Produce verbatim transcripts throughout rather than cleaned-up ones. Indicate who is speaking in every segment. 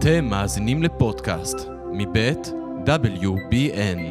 Speaker 1: אתם מאזינים לפודקאסט מבית דאבליו בי אן.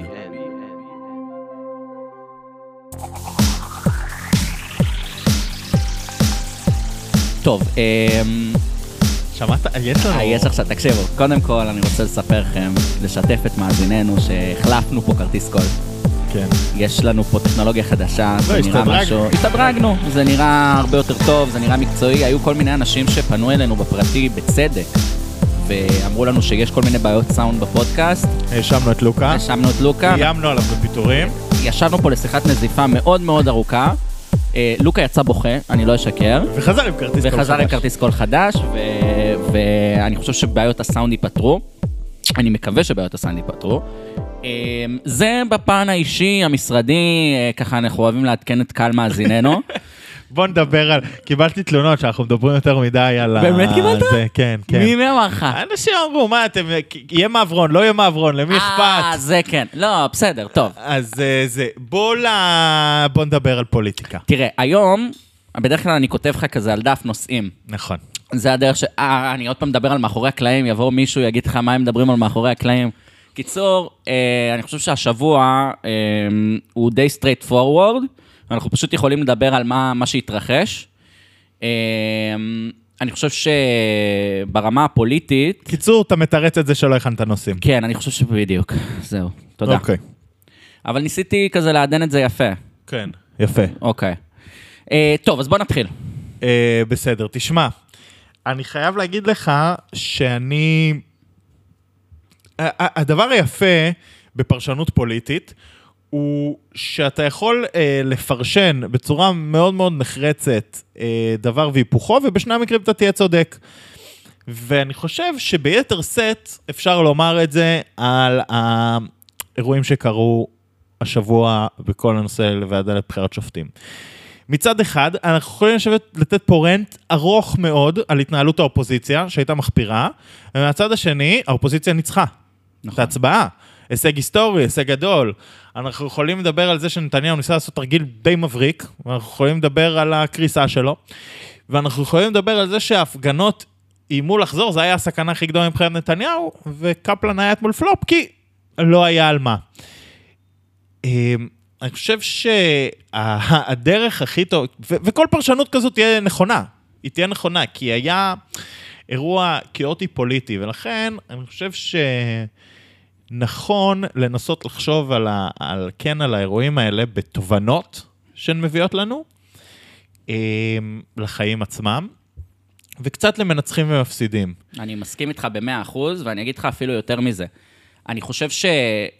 Speaker 2: טוב,
Speaker 3: שמעת? יש לנו...
Speaker 2: יש עכשיו, תקשיבו, קודם כל אני רוצה לספר לכם, לשתף את מאזיננו שהחלפנו פה כרטיס קול.
Speaker 3: כן.
Speaker 2: יש לנו פה טכנולוגיה חדשה,
Speaker 3: לא,
Speaker 2: זה נראה משהו... הסתדרגנו, זה נראה הרבה יותר טוב, זה נראה מקצועי, היו כל מיני אנשים שפנו אלינו בפרטי בצדק, ואמרו לנו שיש כל מיני בעיות סאונד בפודקאסט.
Speaker 3: האשמנו את לוקה.
Speaker 2: האשמנו את לוקה.
Speaker 3: איימנו עליו בפיטורים.
Speaker 2: ישבנו פה לשיחת נזיפה מאוד מאוד ארוכה. לוקה יצא בוכה, אני לא אשקר.
Speaker 3: וחזר עם כרטיס קול חדש.
Speaker 2: וחזר עם כרטיס קול חדש, ואני חושב שבעיות הסאונד ייפטרו. אני מקווה שבעיות הסאונד ייפטרו. זה בפן האישי, המשרדי, ככה אנחנו אוהבים לעדכן את קהל מאזיננו.
Speaker 3: בוא נדבר על... קיבלתי תלונות שאנחנו מדברים יותר מדי על...
Speaker 2: באמת קיבלת?
Speaker 3: כן, כן.
Speaker 2: מי מי אמר לך?
Speaker 3: אנשים אמרו, מה אתם... יהיה מעברון, לא יהיה מעברון, למי אכפת?
Speaker 2: אה, זה כן. לא, בסדר, טוב.
Speaker 3: אז זה... בוא בוא נדבר על פוליטיקה.
Speaker 2: תראה, היום, בדרך כלל אני כותב לך כזה על דף נושאים.
Speaker 3: נכון.
Speaker 2: זה הדרך ש... אה, אני עוד פעם מדבר על מאחורי הקלעים, יבוא מישהו, יגיד לך מה הם מדברים על מאחורי הקלעים. קיצור, אה, אני חושב שהשבוע אה, הוא די straight forward, אנחנו פשוט יכולים לדבר על מה, מה שהתרחש. אה, אני חושב שברמה הפוליטית...
Speaker 3: קיצור, אתה מתרץ את זה שלא הכנת נושאים.
Speaker 2: כן, אני חושב שבדיוק. זהו, תודה.
Speaker 3: אוקיי.
Speaker 2: אבל ניסיתי כזה לעדן את זה יפה.
Speaker 3: כן, יפה.
Speaker 2: אוקיי. אה, טוב, אז בוא נתחיל.
Speaker 3: אה, בסדר, תשמע. אני חייב להגיד לך שאני... הדבר היפה בפרשנות פוליטית, הוא שאתה יכול אה, לפרשן בצורה מאוד מאוד נחרצת אה, דבר והיפוכו, ובשני המקרים אתה תהיה צודק. ואני חושב שביתר סט אפשר לומר את זה על האירועים שקרו השבוע בכל הנושא לוועדה לבחירת שופטים. מצד אחד, אנחנו יכולים לשבת, לתת פה רנט ארוך מאוד על התנהלות האופוזיציה, שהייתה מחפירה, ומהצד השני, האופוזיציה ניצחה. נכון. את ההצבעה. הישג היסטורי, הישג גדול. אנחנו יכולים לדבר על זה שנתניהו ניסה לעשות תרגיל די מבריק, ואנחנו יכולים לדבר על הקריסה שלו, ואנחנו יכולים לדבר על זה שההפגנות איימו לחזור, זה היה הסכנה הכי גדולה מבחינת נתניהו, וקפלן היה אתמול פלופ, כי לא היה על מה. אני חושב שהדרך הכי טוב, וכל פרשנות כזאת תהיה נכונה, היא תהיה נכונה, כי היה אירוע כאוטי פוליטי, ולכן אני חושב ש... נכון לנסות לחשוב על, ה, על כן על האירועים האלה בתובנות שהן מביאות לנו, לחיים עצמם, וקצת למנצחים ומפסידים.
Speaker 2: אני מסכים איתך במאה אחוז, ואני אגיד לך אפילו יותר מזה. אני חושב ש...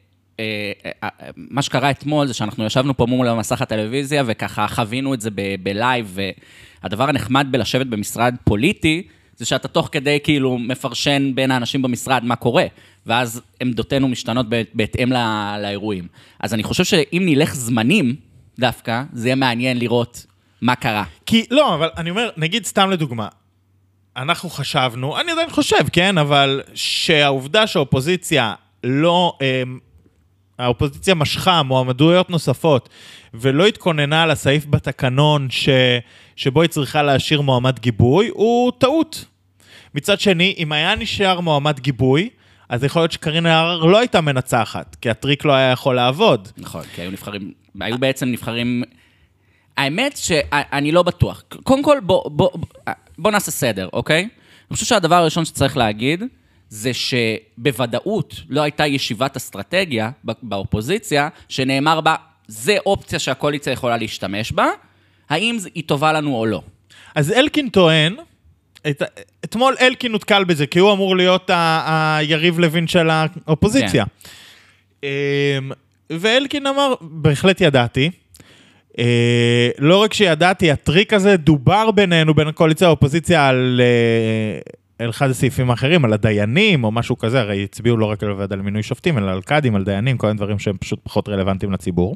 Speaker 2: מה שקרה אתמול זה שאנחנו ישבנו פה מול המסך הטלוויזיה, וככה חווינו את זה ב- בלייב, והדבר הנחמד בלשבת במשרד פוליטי, זה שאתה תוך כדי כאילו מפרשן בין האנשים במשרד מה קורה, ואז עמדותינו משתנות בהתאם לא, לאירועים. אז אני חושב שאם נלך זמנים דווקא, זה יהיה מעניין לראות מה קרה.
Speaker 3: כי, לא, אבל אני אומר, נגיד סתם לדוגמה, אנחנו חשבנו, אני עדיין חושב, כן, אבל שהעובדה שהאופוזיציה לא, האופוזיציה משכה מועמדויות נוספות, ולא התכוננה על הסעיף בתקנון ש, שבו היא צריכה להשאיר מועמד גיבוי, הוא טעות. מצד שני, אם היה נשאר מועמד גיבוי, אז יכול להיות שקרין אלהרר לא הייתה מנצחת, כי הטריק לא היה יכול לעבוד.
Speaker 2: נכון, כי היו נבחרים, היו בעצם נבחרים... האמת שאני לא בטוח. קודם כל, בוא, בוא, בוא נעשה סדר, אוקיי? אני חושב שהדבר הראשון שצריך להגיד, זה שבוודאות לא הייתה ישיבת אסטרטגיה באופוזיציה, שנאמר בה, זה אופציה שהקואליציה יכולה להשתמש בה, האם היא טובה לנו או לא?
Speaker 3: אז אלקין טוען, את, אתמול אלקין נותקל בזה, כי הוא אמור להיות ה, היריב לוין של האופוזיציה. כן. ואלקין אמר, בהחלט ידעתי, לא רק שידעתי, הטריק הזה דובר בינינו, בין הקואליציה והאופוזיציה על... על אחד הסעיפים האחרים, על הדיינים או משהו כזה, הרי הצביעו לא רק על ועדה למינוי שופטים, אלא על קאדים, על דיינים, כל מיני דברים שהם פשוט פחות רלוונטיים לציבור.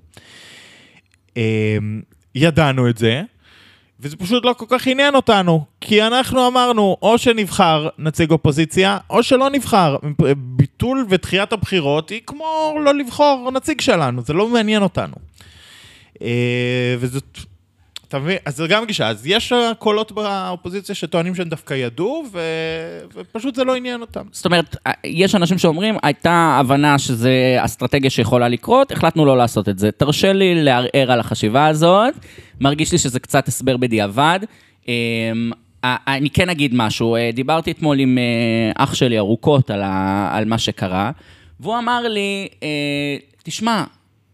Speaker 3: ידענו את זה, וזה פשוט לא כל כך עניין אותנו, כי אנחנו אמרנו, או שנבחר נציג אופוזיציה, או שלא נבחר. ביטול ודחיית הבחירות היא כמו לא לבחור נציג שלנו, זה לא מעניין אותנו. וזאת... תבין, אז זה גם גישה, אז יש קולות באופוזיציה שטוענים שהם דווקא ידעו, ו... ופשוט זה לא עניין אותם.
Speaker 2: זאת אומרת, יש אנשים שאומרים, הייתה הבנה שזה אסטרטגיה שיכולה לקרות, החלטנו לא לעשות את זה. תרשה לי לערער על החשיבה הזאת, מרגיש לי שזה קצת הסבר בדיעבד. אני כן אגיד משהו, דיברתי אתמול עם אח שלי ארוכות על, ה... על מה שקרה, והוא אמר לי, תשמע,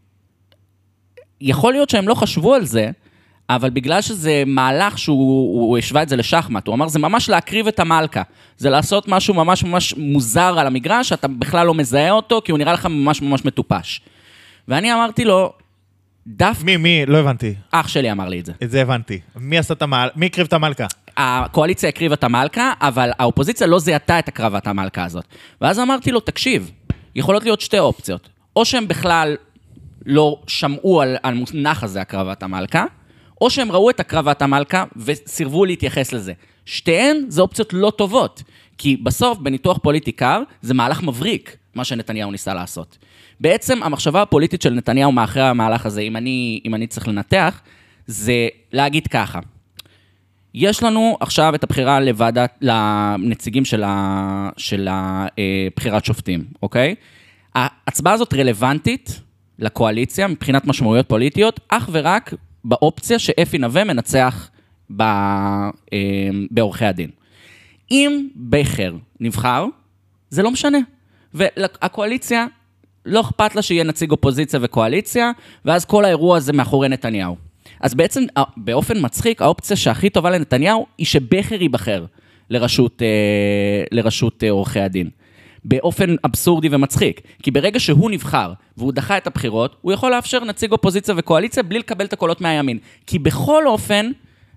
Speaker 2: יכול להיות שהם לא חשבו על זה, אבל בגלל שזה מהלך שהוא השווה את זה לשחמט, הוא אמר, זה ממש להקריב את המלכה, זה לעשות משהו ממש ממש מוזר על המגרש, שאתה בכלל לא מזהה אותו, כי הוא נראה לך ממש ממש מטופש. ואני אמרתי לו, דווקא...
Speaker 3: מי, מי? לא הבנתי.
Speaker 2: אח שלי אמר לי את זה.
Speaker 3: את זה הבנתי. מי עשה את המל... מי הקריב את המלכה?
Speaker 2: הקואליציה הקריבה את המלכה, אבל האופוזיציה לא זיהתה את הקרבת המלכה הזאת. ואז אמרתי לו, תקשיב, יכולות להיות שתי אופציות. או שהם בכלל לא שמעו על, על מונח הזה, הקרבת המלכה, או שהם ראו את הקרבת המלכה וסירבו להתייחס לזה. שתיהן זה אופציות לא טובות, כי בסוף בניתוח פוליטי קר זה מהלך מבריק, מה שנתניהו ניסה לעשות. בעצם המחשבה הפוליטית של נתניהו מאחרי המהלך הזה, אם אני, אם אני צריך לנתח, זה להגיד ככה. יש לנו עכשיו את הבחירה לוועדת, לנציגים של, ה, של הבחירת שופטים, אוקיי? ההצבעה הזאת רלוונטית לקואליציה מבחינת משמעויות פוליטיות, אך ורק באופציה שאפי נווה מנצח בעורכי הדין. אם בכר נבחר, זה לא משנה. והקואליציה לא אכפת לה שיהיה נציג אופוזיציה וקואליציה, ואז כל האירוע הזה מאחורי נתניהו. אז בעצם באופן מצחיק, האופציה שהכי טובה לנתניהו היא שבכר ייבחר לרשות, לרשות עורכי הדין. באופן אבסורדי ומצחיק. כי ברגע שהוא נבחר והוא דחה את הבחירות, הוא יכול לאפשר נציג אופוזיציה וקואליציה בלי לקבל את הקולות מהימין. כי בכל אופן,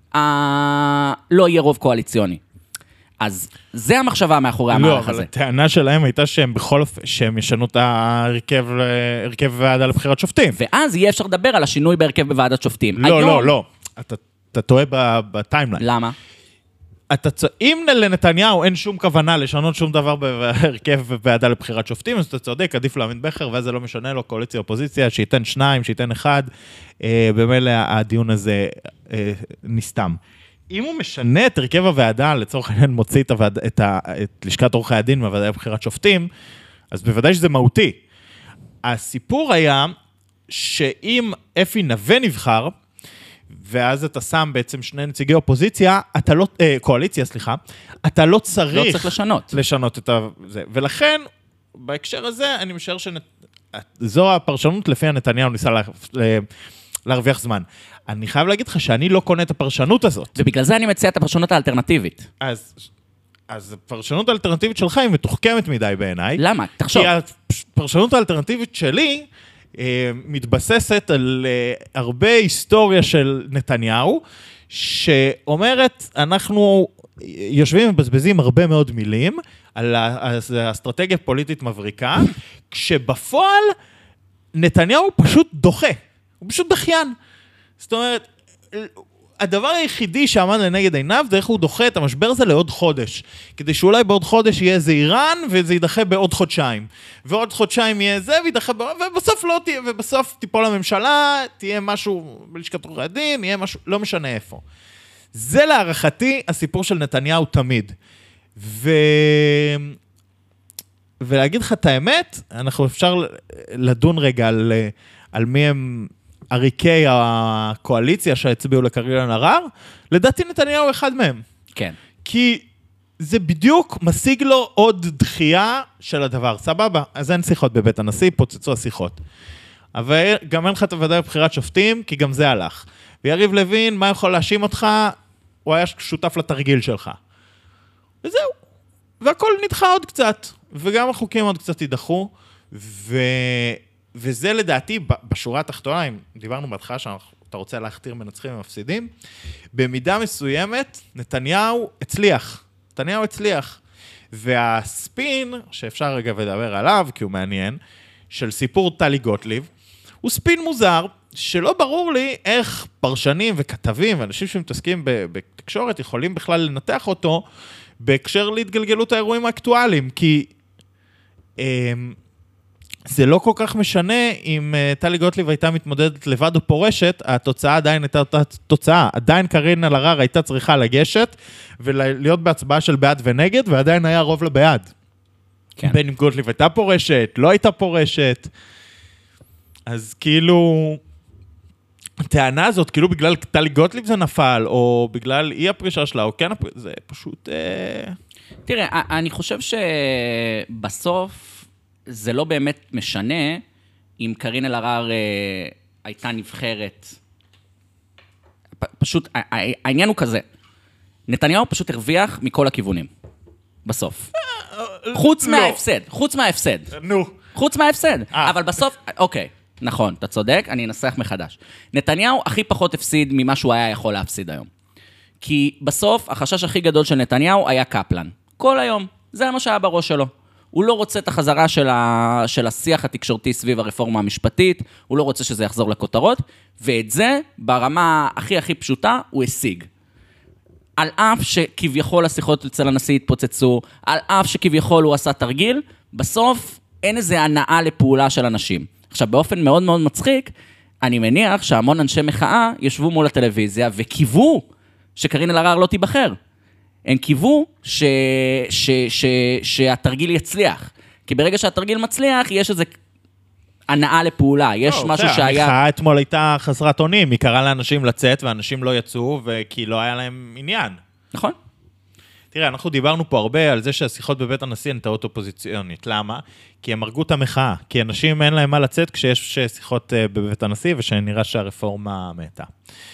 Speaker 2: אה, לא יהיה רוב קואליציוני. אז זה המחשבה מאחורי המהלך הזה.
Speaker 3: לא, אבל הטענה שלהם הייתה שהם בכל אופן, שהם ישנו את ההרכב, הרכב ועדה לבחירת שופטים.
Speaker 2: ואז יהיה אפשר לדבר על השינוי בהרכב בוועדת שופטים.
Speaker 3: לא, היום... לא, לא. אתה, אתה טועה בטיימליין.
Speaker 2: למה?
Speaker 3: אתה, אם לנתניהו אין שום כוונה לשנות שום דבר בהרכב ועדה לבחירת שופטים, אז אתה צודק, עדיף להאמין בכר, ואז זה לא משנה לו, קואליציה אופוזיציה, שייתן שניים, שייתן אחד, אה, במילא הדיון הזה אה, נסתם. אם הוא משנה את הרכב הוועדה, לצורך העניין מוציא את, הוועד, את, ה, את לשכת עורכי הדין מהוועדה לבחירת שופטים, אז בוודאי שזה מהותי. הסיפור היה שאם אפי נווה נבחר, ואז אתה שם בעצם שני נציגי אופוזיציה, אתה לא, אה, קואליציה, סליחה, אתה לא צריך...
Speaker 2: לא צריך לשנות.
Speaker 3: לשנות את זה. ולכן, בהקשר הזה, אני משער שזו הפרשנות לפי הנתניהו ניסה לה, להרוויח זמן. אני חייב להגיד לך שאני לא קונה את הפרשנות הזאת.
Speaker 2: ובגלל זה אני מציע את הפרשנות האלטרנטיבית.
Speaker 3: אז, אז הפרשנות האלטרנטיבית שלך היא מתוחכמת מדי בעיניי.
Speaker 2: למה? תחשוב.
Speaker 3: כי הפרשנות האלטרנטיבית שלי... מתבססת על הרבה היסטוריה של נתניהו, שאומרת, אנחנו יושבים ובזבזים הרבה מאוד מילים, על האסטרטגיה פוליטית מבריקה, כשבפועל נתניהו פשוט דוחה, הוא פשוט דחיין. זאת אומרת, הדבר היחידי שעמד לנגד עיניו, זה איך הוא דוחה את המשבר הזה לעוד חודש. כדי שאולי בעוד חודש יהיה איזה איראן, וזה יידחה בעוד חודשיים. ועוד חודשיים יהיה זה, וידחה בעוד... ובסוף לא תהיה, ובסוף תיפול הממשלה, תהיה משהו בלשכת עורכי הדין, יהיה משהו, לא משנה איפה. זה להערכתי הסיפור של נתניהו תמיד. ו... ולהגיד לך את האמת, אנחנו אפשר לדון רגע על, על מי הם... עריקי הקואליציה שהצביעו לקריב אלהרר, לדעתי נתניהו אחד מהם.
Speaker 2: כן.
Speaker 3: כי זה בדיוק משיג לו עוד דחייה של הדבר. סבבה, אז אין שיחות בבית הנשיא, פוצצו השיחות. אבל גם אין לך את הוועדה לבחירת שופטים, כי גם זה הלך. ויריב לוין, מה יכול להאשים אותך? הוא היה שותף לתרגיל שלך. וזהו. והכל נדחה עוד קצת. וגם החוקים עוד קצת יידחו. ו... וזה לדעתי, בשורה התחתונה, אם דיברנו בהתחלה שאתה רוצה להכתיר מנצחים ומפסידים, במידה מסוימת, נתניהו הצליח. נתניהו הצליח. והספין, שאפשר רגע לדבר עליו, כי הוא מעניין, של סיפור טלי גוטליב, הוא ספין מוזר, שלא ברור לי איך פרשנים וכתבים, ואנשים שמתעסקים בתקשורת, יכולים בכלל לנתח אותו, בהקשר להתגלגלות האירועים האקטואליים, כי... זה לא כל כך משנה אם uh, טלי גוטליב הייתה מתמודדת לבד או פורשת, התוצאה עדיין הייתה אותה תוצאה. עדיין קארין אלהרר הייתה צריכה לגשת, ולהיות בהצבעה של בעד ונגד, ועדיין היה רוב לבעד. כן. בין אם גוטליב הייתה פורשת, לא הייתה פורשת. אז כאילו, הטענה הזאת, כאילו בגלל טלי גוטליב זה נפל, או בגלל אי הפרישה שלה, או כן הפרישה, זה פשוט... אה...
Speaker 2: תראה, אני חושב שבסוף, זה לא באמת משנה אם קארין אלהרר אה, הייתה נבחרת. פ, פשוט, העניין הוא כזה. נתניהו פשוט הרוויח מכל הכיוונים. בסוף. חוץ
Speaker 3: לא.
Speaker 2: מההפסד. חוץ מההפסד.
Speaker 3: נו.
Speaker 2: חוץ מההפסד.
Speaker 3: אה.
Speaker 2: אבל בסוף, אוקיי, נכון, אתה צודק, אני אנסח מחדש. נתניהו הכי פחות הפסיד ממה שהוא היה יכול להפסיד היום. כי בסוף, החשש הכי גדול של נתניהו היה קפלן. כל היום. זה מה שהיה בראש שלו. הוא לא רוצה את החזרה של, ה... של השיח התקשורתי סביב הרפורמה המשפטית, הוא לא רוצה שזה יחזור לכותרות, ואת זה, ברמה הכי הכי פשוטה, הוא השיג. על אף שכביכול השיחות אצל הנשיא התפוצצו, על אף שכביכול הוא עשה תרגיל, בסוף אין איזה הנאה לפעולה של אנשים. עכשיו, באופן מאוד מאוד מצחיק, אני מניח שהמון אנשי מחאה ישבו מול הטלוויזיה וקיוו שקארין אלהרר לא תיבחר. הם קיוו ש... ש... ש... שהתרגיל יצליח. כי ברגע שהתרגיל מצליח, יש איזה הנאה לפעולה. יש לא, משהו שהיה...
Speaker 3: המחאה אתמול הייתה חסרת אונים, היא קראה לאנשים לצאת, ואנשים לא יצאו, וכי לא היה להם עניין.
Speaker 2: נכון.
Speaker 3: תראה, אנחנו דיברנו פה הרבה על זה שהשיחות בבית הנשיא הן טעות אופוזיציונית. למה? כי הם הרגו את המחאה. כי אנשים אין להם מה לצאת כשיש שיחות בבית הנשיא, ושנראה שהרפורמה מתה.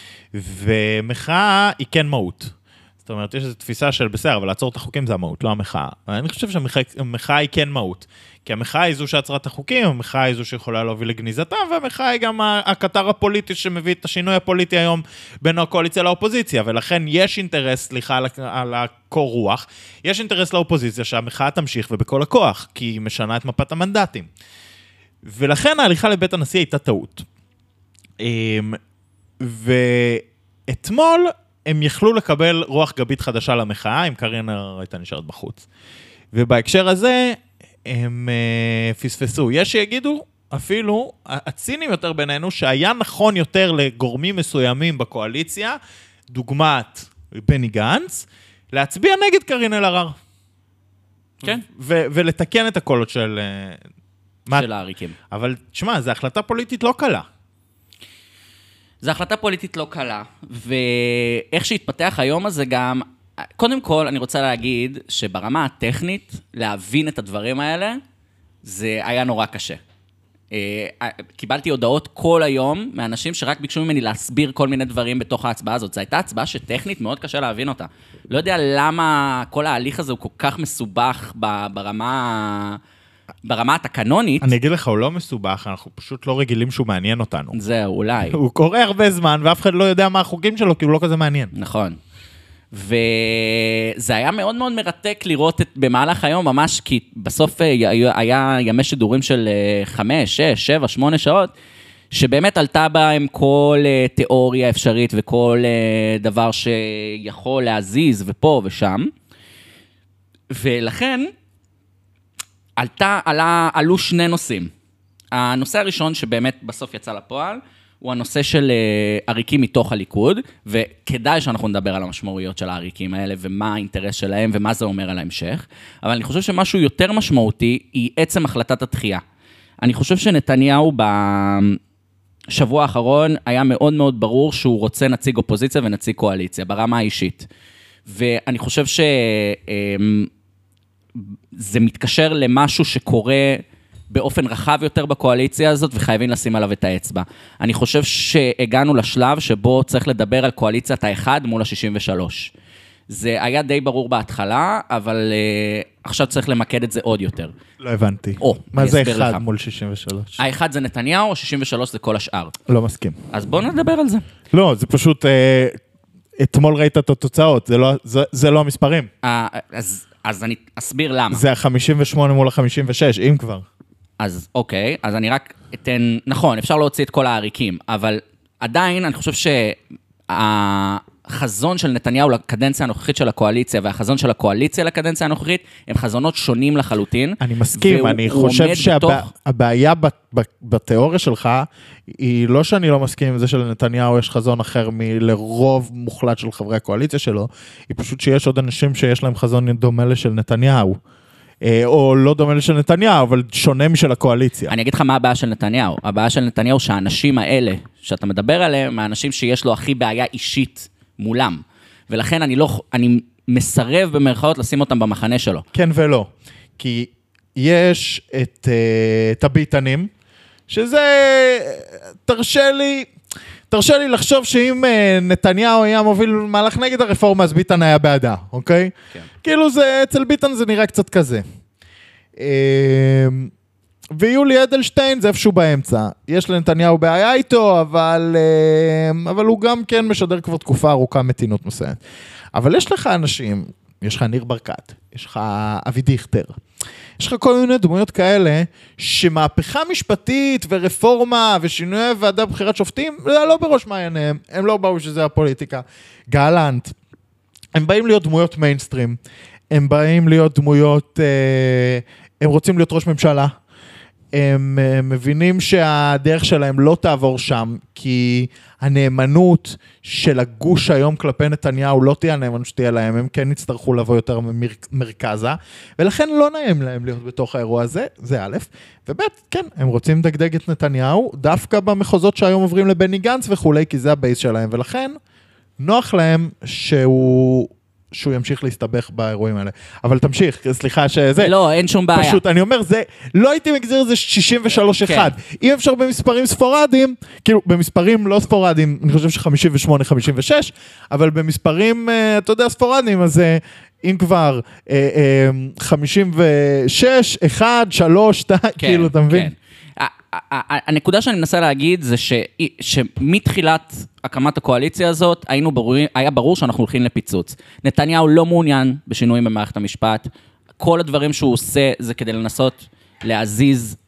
Speaker 3: ומחאה היא כן מהות. זאת אומרת, יש איזו תפיסה של בסדר, אבל לעצור את החוקים זה המהות, לא המחאה. אני חושב שהמחאה היא כן מהות. כי המחאה היא זו שעצרה את החוקים, המחאה היא זו שיכולה להוביל לגניזתם, והמחאה היא גם הקטר הפוליטי שמביא את השינוי הפוליטי היום בין הקואליציה לאופוזיציה, ולכן יש אינטרס, סליחה על הקור רוח, יש אינטרס לאופוזיציה שהמחאה תמשיך ובכל הכוח, כי היא משנה את מפת המנדטים. ולכן ההליכה לבית הנשיא הייתה טעות. ואתמול הם יכלו לקבל רוח גבית חדשה למחאה, אם קארין הייתה נשארת בחוץ. ובהקשר הזה, הם uh, פספסו. יש שיגידו, אפילו, הצינים יותר בינינו, שהיה נכון יותר לגורמים מסוימים בקואליציה, דוגמת בני גנץ, להצביע נגד קארין אלהרר.
Speaker 2: כן.
Speaker 3: ו- ולתקן את הקולות של...
Speaker 2: Uh, של העריקים.
Speaker 3: אבל, תשמע, זו החלטה פוליטית לא קלה.
Speaker 2: זו החלטה פוליטית לא קלה, ואיך שהתפתח היום הזה גם, קודם כל אני רוצה להגיד שברמה הטכנית, להבין את הדברים האלה, זה היה נורא קשה. קיבלתי הודעות כל היום מאנשים שרק ביקשו ממני להסביר כל מיני דברים בתוך ההצבעה הזאת. זו הייתה הצבעה שטכנית מאוד קשה להבין אותה. לא יודע למה כל ההליך הזה הוא כל כך מסובך ברמה... ברמה התקנונית...
Speaker 3: אני אגיד לך, הוא לא מסובך, אנחנו פשוט לא רגילים שהוא מעניין אותנו.
Speaker 2: זהו, אולי.
Speaker 3: הוא קורא הרבה זמן, ואף אחד לא יודע מה החוקים שלו, כי הוא לא כזה מעניין.
Speaker 2: נכון. וזה היה מאוד מאוד מרתק לראות את, במהלך היום, ממש, כי בסוף היה ימי שידורים של חמש, שש, שבע, שמונה שעות, שבאמת עלתה בהם כל תיאוריה אפשרית, וכל דבר שיכול להזיז, ופה ושם. ולכן... עלתה, עלה, עלו שני נושאים. הנושא הראשון שבאמת בסוף יצא לפועל, הוא הנושא של עריקים מתוך הליכוד, וכדאי שאנחנו נדבר על המשמעויות של העריקים האלה, ומה האינטרס שלהם, ומה זה אומר על ההמשך. אבל אני חושב שמשהו יותר משמעותי, היא עצם החלטת התחייה. אני חושב שנתניהו בשבוע האחרון, היה מאוד מאוד ברור שהוא רוצה נציג אופוזיציה ונציג קואליציה, ברמה האישית. ואני חושב ש... זה מתקשר למשהו שקורה באופן רחב יותר בקואליציה הזאת, וחייבים לשים עליו את האצבע. אני חושב שהגענו לשלב שבו צריך לדבר על קואליציית האחד מול ה-שישים ושלוש. זה היה די ברור בהתחלה, אבל uh, עכשיו צריך למקד את זה עוד יותר.
Speaker 3: לא הבנתי.
Speaker 2: או,
Speaker 3: מה זה אחד לך. מול שישים ושלוש?
Speaker 2: האחד זה נתניהו, ה-שישים ושלוש זה כל השאר.
Speaker 3: לא מסכים.
Speaker 2: אז בואו נדבר על זה.
Speaker 3: לא, זה פשוט... אה, אתמול ראית את התוצאות, זה לא, זה, זה לא המספרים.
Speaker 2: אה, אז... אז אני אסביר למה.
Speaker 3: זה ה-חמישים ושמונה מול ה-חמישים ושש, אם כבר.
Speaker 2: אז אוקיי, אז אני רק אתן, נכון, אפשר להוציא את כל העריקים, אבל עדיין אני חושב החזון של נתניהו לקדנציה הנוכחית של הקואליציה, והחזון של הקואליציה לקדנציה הנוכחית, הם חזונות שונים לחלוטין.
Speaker 3: אני מסכים, אני חושב שהבעיה בתיאוריה שלך, היא לא שאני לא מסכים עם זה שלנתניהו יש חזון אחר מלרוב מוחלט של חברי הקואליציה שלו, היא פשוט שיש עוד אנשים שיש להם חזון דומה לשל נתניהו. או לא דומה לשל נתניהו, אבל שונה משל הקואליציה.
Speaker 2: אני אגיד לך מה הבעיה של נתניהו. הבעיה של נתניהו שהאנשים האלה, שאתה מדבר עליהם, האנשים שיש לו הכי בעיה אישית מולם. ולכן אני לא, אני מסרב במרכאות לשים אותם במחנה שלו.
Speaker 3: כן ולא. כי יש את, את הביטנים, שזה, תרשה לי, תרשה לי לחשוב שאם נתניהו היה מוביל מהלך נגד הרפורמה, אז ביטן היה בעדה, אוקיי? כן. כאילו זה, אצל ביטן זה נראה קצת כזה. ויולי אדלשטיין זה איפשהו באמצע. יש לנתניהו בעיה איתו, אבל, אבל הוא גם כן משדר כבר תקופה ארוכה מתינות מסוימת. אבל יש לך אנשים, יש לך ניר ברקת, יש לך אבי דיכטר, יש לך כל מיני דמויות כאלה, שמהפכה משפטית ורפורמה ושינוי ועדה בחירת שופטים, זה לא בראש מעייניהם, הם לא באו שזה הפוליטיקה. גלנט, הם באים להיות דמויות מיינסטרים, הם באים להיות דמויות, הם רוצים להיות ראש ממשלה, הם מבינים שהדרך שלהם לא תעבור שם, כי הנאמנות של הגוש היום כלפי נתניהו לא תהיה הנאמנות שתהיה להם, הם כן יצטרכו לבוא יותר ממרכזה, ולכן לא נעים להם להיות בתוך האירוע הזה, זה א', וב', כן, הם רוצים דגדג את נתניהו, דווקא במחוזות שהיום עוברים לבני גנץ וכולי, כי זה הבייס שלהם, ולכן נוח להם שהוא... שהוא ימשיך להסתבך באירועים האלה. אבל תמשיך, סליחה שזה...
Speaker 2: לא, אין שום בעיה.
Speaker 3: פשוט, אני אומר, זה, לא הייתי מגזיר זה שישים ושלוש אחד. כן. אם אפשר במספרים ספורדיים, כאילו, במספרים לא ספורדיים, אני חושב ש-חמישים ושמונה חמישים ושש, אבל במספרים, אתה יודע, ספורדיים, אז אם כבר חמישים ושש, אחד, שלוש, כאילו, אתה מבין?
Speaker 2: הנקודה שאני מנסה להגיד זה שמתחילת הקמת הקואליציה הזאת, היה ברור שאנחנו הולכים לפיצוץ. נתניהו לא מעוניין בשינויים במערכת המשפט, כל הדברים שהוא עושה זה כדי לנסות להזיז,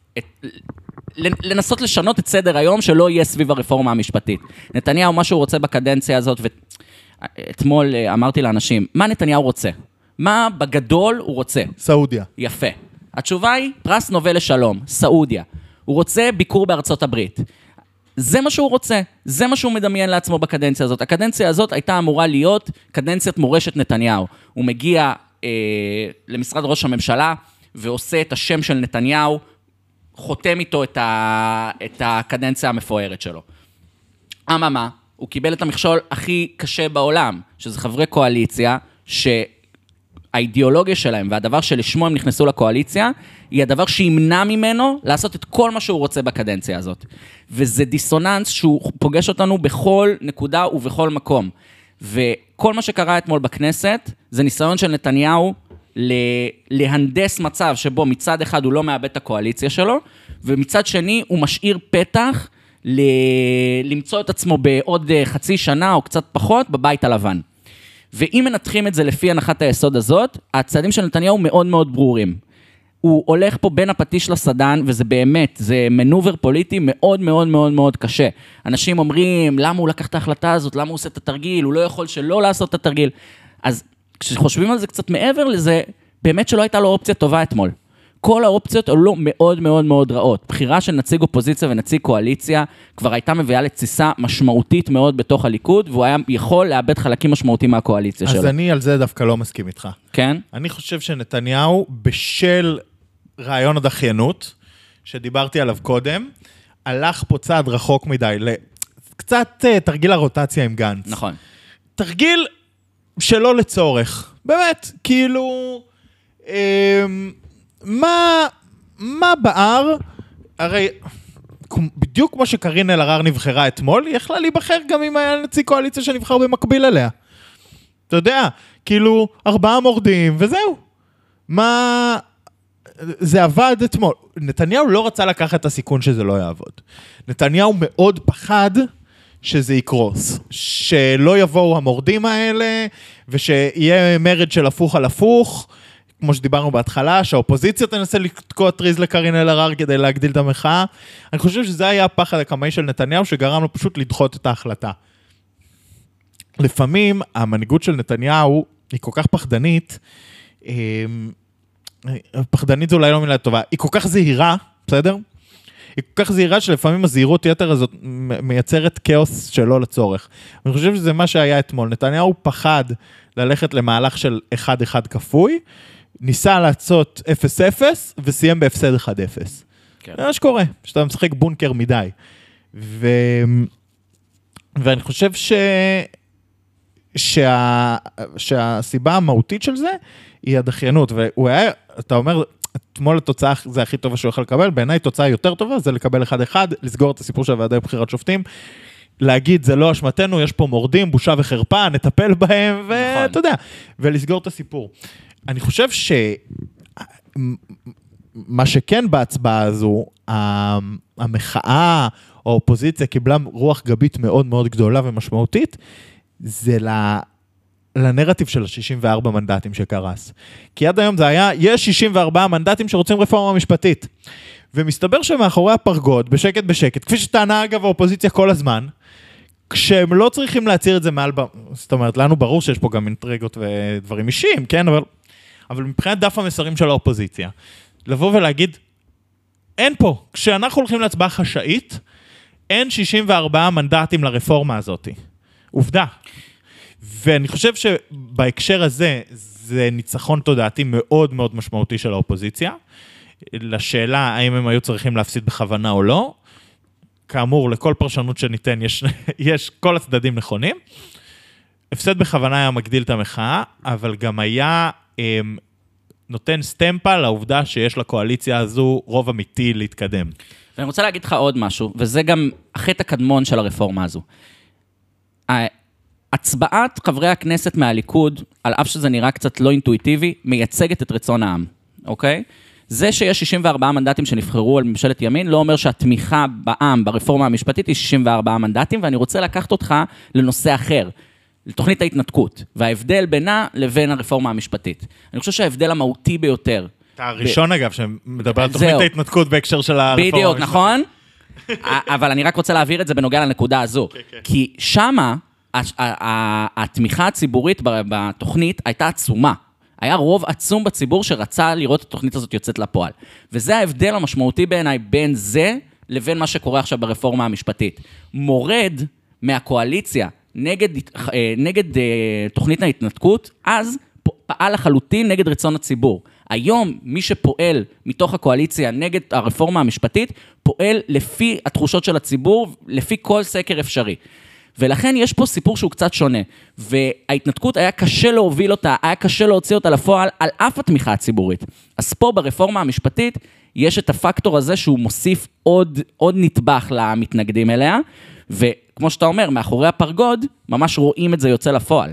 Speaker 2: לנסות לשנות את סדר היום שלא יהיה סביב הרפורמה המשפטית. נתניהו, מה שהוא רוצה בקדנציה הזאת, ואתמול אמרתי לאנשים, מה נתניהו רוצה? מה בגדול הוא רוצה?
Speaker 3: סעודיה.
Speaker 2: יפה. התשובה היא, פרס נובל לשלום, סעודיה. הוא רוצה ביקור בארצות הברית. זה מה שהוא רוצה, זה מה שהוא מדמיין לעצמו בקדנציה הזאת. הקדנציה הזאת הייתה אמורה להיות קדנציית מורשת נתניהו. הוא מגיע אה, למשרד ראש הממשלה, ועושה את השם של נתניהו, חותם איתו את, ה, את הקדנציה המפוארת שלו. אממה, הוא קיבל את המכשול הכי קשה בעולם, שזה חברי קואליציה, ש... האידיאולוגיה שלהם והדבר שלשמו הם נכנסו לקואליציה, היא הדבר שימנע ממנו לעשות את כל מה שהוא רוצה בקדנציה הזאת. וזה דיסוננס שהוא פוגש אותנו בכל נקודה ובכל מקום. וכל מה שקרה אתמול בכנסת, זה ניסיון של נתניהו להנדס מצב שבו מצד אחד הוא לא מאבד את הקואליציה שלו, ומצד שני הוא משאיר פתח למצוא את עצמו בעוד חצי שנה או קצת פחות בבית הלבן. ואם מנתחים את זה לפי הנחת היסוד הזאת, הצעדים של נתניהו מאוד מאוד ברורים. הוא הולך פה בין הפטיש לסדן, וזה באמת, זה מנובר פוליטי מאוד מאוד מאוד מאוד קשה. אנשים אומרים, למה הוא לקח את ההחלטה הזאת, למה הוא עושה את התרגיל, הוא לא יכול שלא לעשות את התרגיל. אז כשחושבים על זה קצת מעבר לזה, באמת שלא הייתה לו אופציה טובה אתמול. כל האופציות עלו מאוד מאוד מאוד רעות. בחירה של נציג אופוזיציה ונציג קואליציה כבר הייתה מביאה לתסיסה משמעותית מאוד בתוך הליכוד, והוא היה יכול לאבד חלקים משמעותיים מהקואליציה שלו.
Speaker 3: אז אני על זה דווקא לא מסכים איתך.
Speaker 2: כן?
Speaker 3: אני חושב שנתניהו, בשל רעיון הדחיינות, שדיברתי עליו קודם, הלך פה צעד רחוק מדי, קצת תרגיל הרוטציה עם גנץ.
Speaker 2: נכון.
Speaker 3: תרגיל שלא לצורך. באמת, כאילו... מה, מה בער, הרי בדיוק כמו שקרין אלהרר נבחרה אתמול, היא יכלה להיבחר גם אם היה נציג קואליציה שנבחר במקביל אליה. אתה יודע, כאילו ארבעה מורדים וזהו. מה, זה עבד אתמול. נתניהו לא רצה לקחת את הסיכון שזה לא יעבוד. נתניהו מאוד פחד שזה יקרוס, שלא יבואו המורדים האלה, ושיהיה מרד של הפוך על הפוך, כמו שדיברנו בהתחלה, שהאופוזיציה תנסה לתקוע טריז לקרין אלהרר כדי להגדיל את המחאה. אני חושב שזה היה הפחד הקמאי של נתניהו, שגרם לו פשוט לדחות את ההחלטה. לפעמים המנהיגות של נתניהו היא כל כך פחדנית, פחדנית זה אולי לא מילה טובה, היא כל כך זהירה, בסדר? היא כל כך זהירה שלפעמים הזהירות יתר הזאת מייצרת כאוס שלא לצורך. אני חושב שזה מה שהיה אתמול. נתניהו פחד ללכת למהלך של אחד אחד כפוי, ניסה לעשות אפס אפס וסיים בהפסד אחד אפס. כן. זה מה שקורה, שאתה משחק בונקר מדי. ו... ואני חושב ש... שה... שהסיבה המהותית של זה היא הדחיינות. והוא היה, אתה אומר, אתמול התוצאה זה הכי טובה שהוא יכול לקבל, בעיניי תוצאה יותר טובה זה לקבל אחד אחד, לסגור את הסיפור של הוועדה לבחירת שופטים, להגיד זה לא אשמתנו, יש פה מורדים, בושה וחרפה, נטפל בהם, ואתה יודע, ולסגור את הסיפור. אני חושב שמה שכן בהצבעה הזו, המחאה, האופוזיציה קיבלה רוח גבית מאוד מאוד גדולה ומשמעותית, זה לנרטיב של ה-שישים וארבעה מנדטים שקרס. כי עד היום זה היה, יש שישים וארבעה מנדטים שרוצים רפורמה משפטית. ומסתבר שמאחורי הפרגוד, בשקט בשקט, כפי שטענה אגב האופוזיציה כל הזמן, כשהם לא צריכים להצהיר את זה מעל, זאת אומרת, לנו ברור שיש פה גם אינטריגות ודברים אישיים, כן? אבל, אבל מבחינת דף המסרים של האופוזיציה, לבוא ולהגיד, אין פה, כשאנחנו הולכים להצבעה חשאית, אין שישים וארבעה מנדטים לרפורמה הזאת. עובדה. ואני חושב שבהקשר הזה, זה ניצחון תודעתי מאוד מאוד משמעותי של האופוזיציה, לשאלה האם הם היו צריכים להפסיד בכוונה או לא, כאמור, לכל פרשנות שניתן יש, יש כל הצדדים נכונים, הפסד בכוונה היה מגדיל את המחאה, אבל גם היה הם, נותן סטמפה לעובדה שיש לקואליציה הזו רוב אמיתי להתקדם.
Speaker 2: ואני רוצה להגיד לך עוד משהו, וזה גם החטא הקדמון של הרפורמה הזו. הצבעת חברי הכנסת מהליכוד, על אף שזה נראה קצת לא אינטואיטיבי, מייצגת את רצון העם, אוקיי? זה שיש שישים וארבעה מנדטים שנבחרו על ממשלת ימין, לא אומר שהתמיכה בעם ברפורמה המשפטית היא שישים וארבעה מנדטים, ואני רוצה לקחת אותך לנושא אחר, לתוכנית ההתנתקות, וההבדל בינה לבין הרפורמה המשפטית. אני חושב שההבדל המהותי ביותר... אתה
Speaker 3: הראשון אגב, שמדבר על תוכנית ההתנתקות בהקשר של הרפורמה המשפטית.
Speaker 2: בדיוק, נכון? אבל אני רק רוצה להעביר את זה בנוגע לנקודה הזו. כי שמה, התמיכה הציבורית בתוכנית הייתה עצומה. היה רוב עצום בציבור שרצה לראות את התוכנית הזאת יוצאת לפועל. וזה ההבדל המשמעותי בעיניי בין זה לבין מה שקורה עכשיו ברפורמה המשפטית. מורד מהקואליציה נגד, נגד תוכנית ההתנתקות, אז פעל לחלוטין נגד רצון הציבור. היום מי שפועל מתוך הקואליציה נגד הרפורמה המשפטית, פועל לפי התחושות של הציבור, לפי כל סקר אפשרי. ולכן יש פה סיפור שהוא קצת שונה, וההתנתקות היה קשה להוביל אותה, היה קשה להוציא אותה לפועל על אף התמיכה הציבורית. אז פה ברפורמה המשפטית יש את הפקטור הזה שהוא מוסיף עוד, עוד נטבח למתנגדים אליה, וכמו שאתה אומר, מאחורי הפרגוד, ממש רואים את זה יוצא לפועל.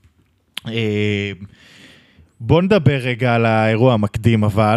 Speaker 3: בוא נדבר רגע על האירוע המקדים אבל.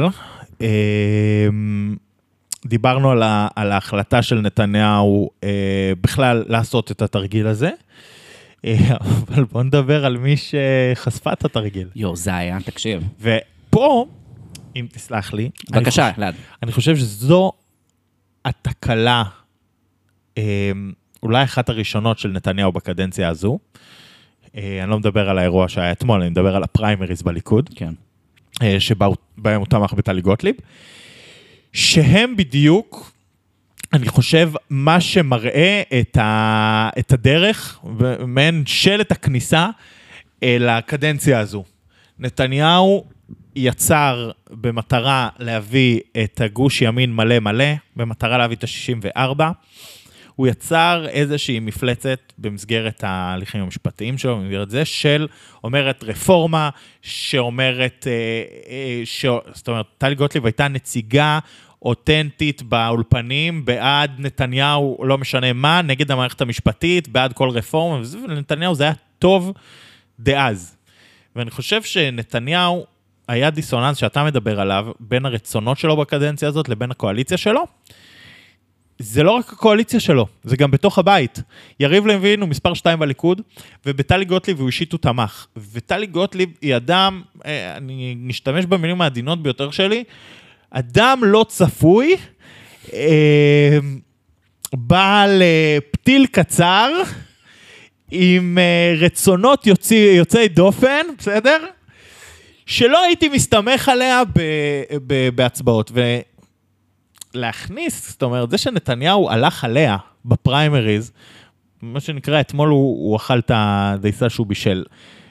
Speaker 3: דיברנו על, ה, על ההחלטה של נתניהו אה, בכלל לעשות את התרגיל הזה, אה, אבל בוא נדבר על מי שחשפה את התרגיל.
Speaker 2: יו, זה היה, תקשיב.
Speaker 3: ופה, אם תסלח לי,
Speaker 2: בבקשה,
Speaker 3: אני,
Speaker 2: לאד.
Speaker 3: אני חושב שזו התקלה, אה, אולי אחת הראשונות של נתניהו בקדנציה הזו, אה, אני לא מדבר על האירוע שהיה אתמול, אני מדבר על הפריימריז בליכוד, כן. אה, שבהם הוא תמך בטלי גוטליב, שהם בדיוק, אני חושב, מה שמראה את, ה, את הדרך, ומעין שלט הכניסה אל הקדנציה הזו. נתניהו יצר במטרה להביא את הגוש ימין מלא מלא, במטרה להביא את ה-שישים וארבע, הוא יצר איזושהי מפלצת במסגרת ההליכים המשפטיים שלו, במסגרת זה, של אומרת רפורמה, שאומרת, ש... זאת אומרת, טלי גוטליב הייתה נציגה אותנטית באולפנים, בעד נתניהו, לא משנה מה, נגד המערכת המשפטית, בעד כל רפורמה, ולנתניהו זה היה טוב דאז. ואני חושב שנתניהו היה דיסוננס שאתה מדבר עליו, בין הרצונות שלו בקדנציה הזאת לבין הקואליציה שלו, זה לא רק הקואליציה שלו, זה גם בתוך הבית. יריב לוין הוא מספר שתיים בליכוד, ובטלי גוטליב הוא אישית הוא תמך. וטלי גוטליב היא אדם, אני נשתמש במילים העדינות ביותר שלי, אדם לא צפוי, בעל פתיל קצר, עם uh, רצונות יוצאי, יוצאי דופן, בסדר? שלא הייתי מסתמך עליה ב, ב, בהצבעות. ולהכניס, זאת אומרת, זה שנתניהו הלך עליה בפריימריז, מה שנקרא, אתמול הוא, הוא אכל את הדייסה שהוא בישל.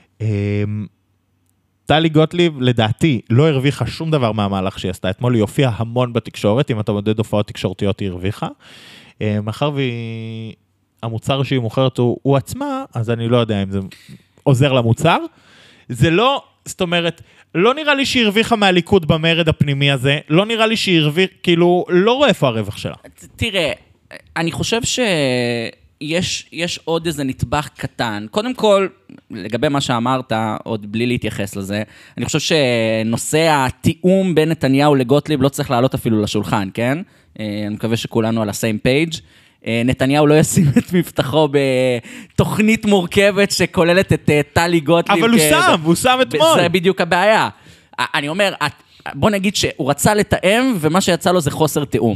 Speaker 3: טלי גוטליב, לדעתי, לא הרוויחה שום דבר מהמהלך שהיא עשתה. אתמול היא הופיעה המון בתקשורת, אם אתה מודד הופעות תקשורתיות, היא הרוויחה. מאחר והמוצר שהיא מוכרת הוא, הוא עצמה, אז אני לא יודע אם זה עוזר למוצר. זה לא, זאת אומרת, לא נראה לי שהיא הרוויחה מהליכוד במרד הפנימי הזה, לא נראה לי שהיא הרוויחה, כאילו, לא רואה איפה הרווח שלה.
Speaker 2: תראה, אני חושב שיש יש עוד איזה נטבח קטן. קודם כל, לגבי מה שאמרת, עוד בלי להתייחס לזה, אני חושב שנושא התיאום בין נתניהו לגוטליב לא צריך לעלות אפילו לשולחן, כן? אני מקווה שכולנו על ה-same page. נתניהו לא ישים את מבטחו בתוכנית מורכבת שכוללת את טלי גוטליב.
Speaker 3: אבל הוא שם, הוא שם אתמול.
Speaker 2: זה בדיוק הבעיה. אני אומר, בוא נגיד שהוא רצה לתאם, ומה שיצא לו זה חוסר תיאום.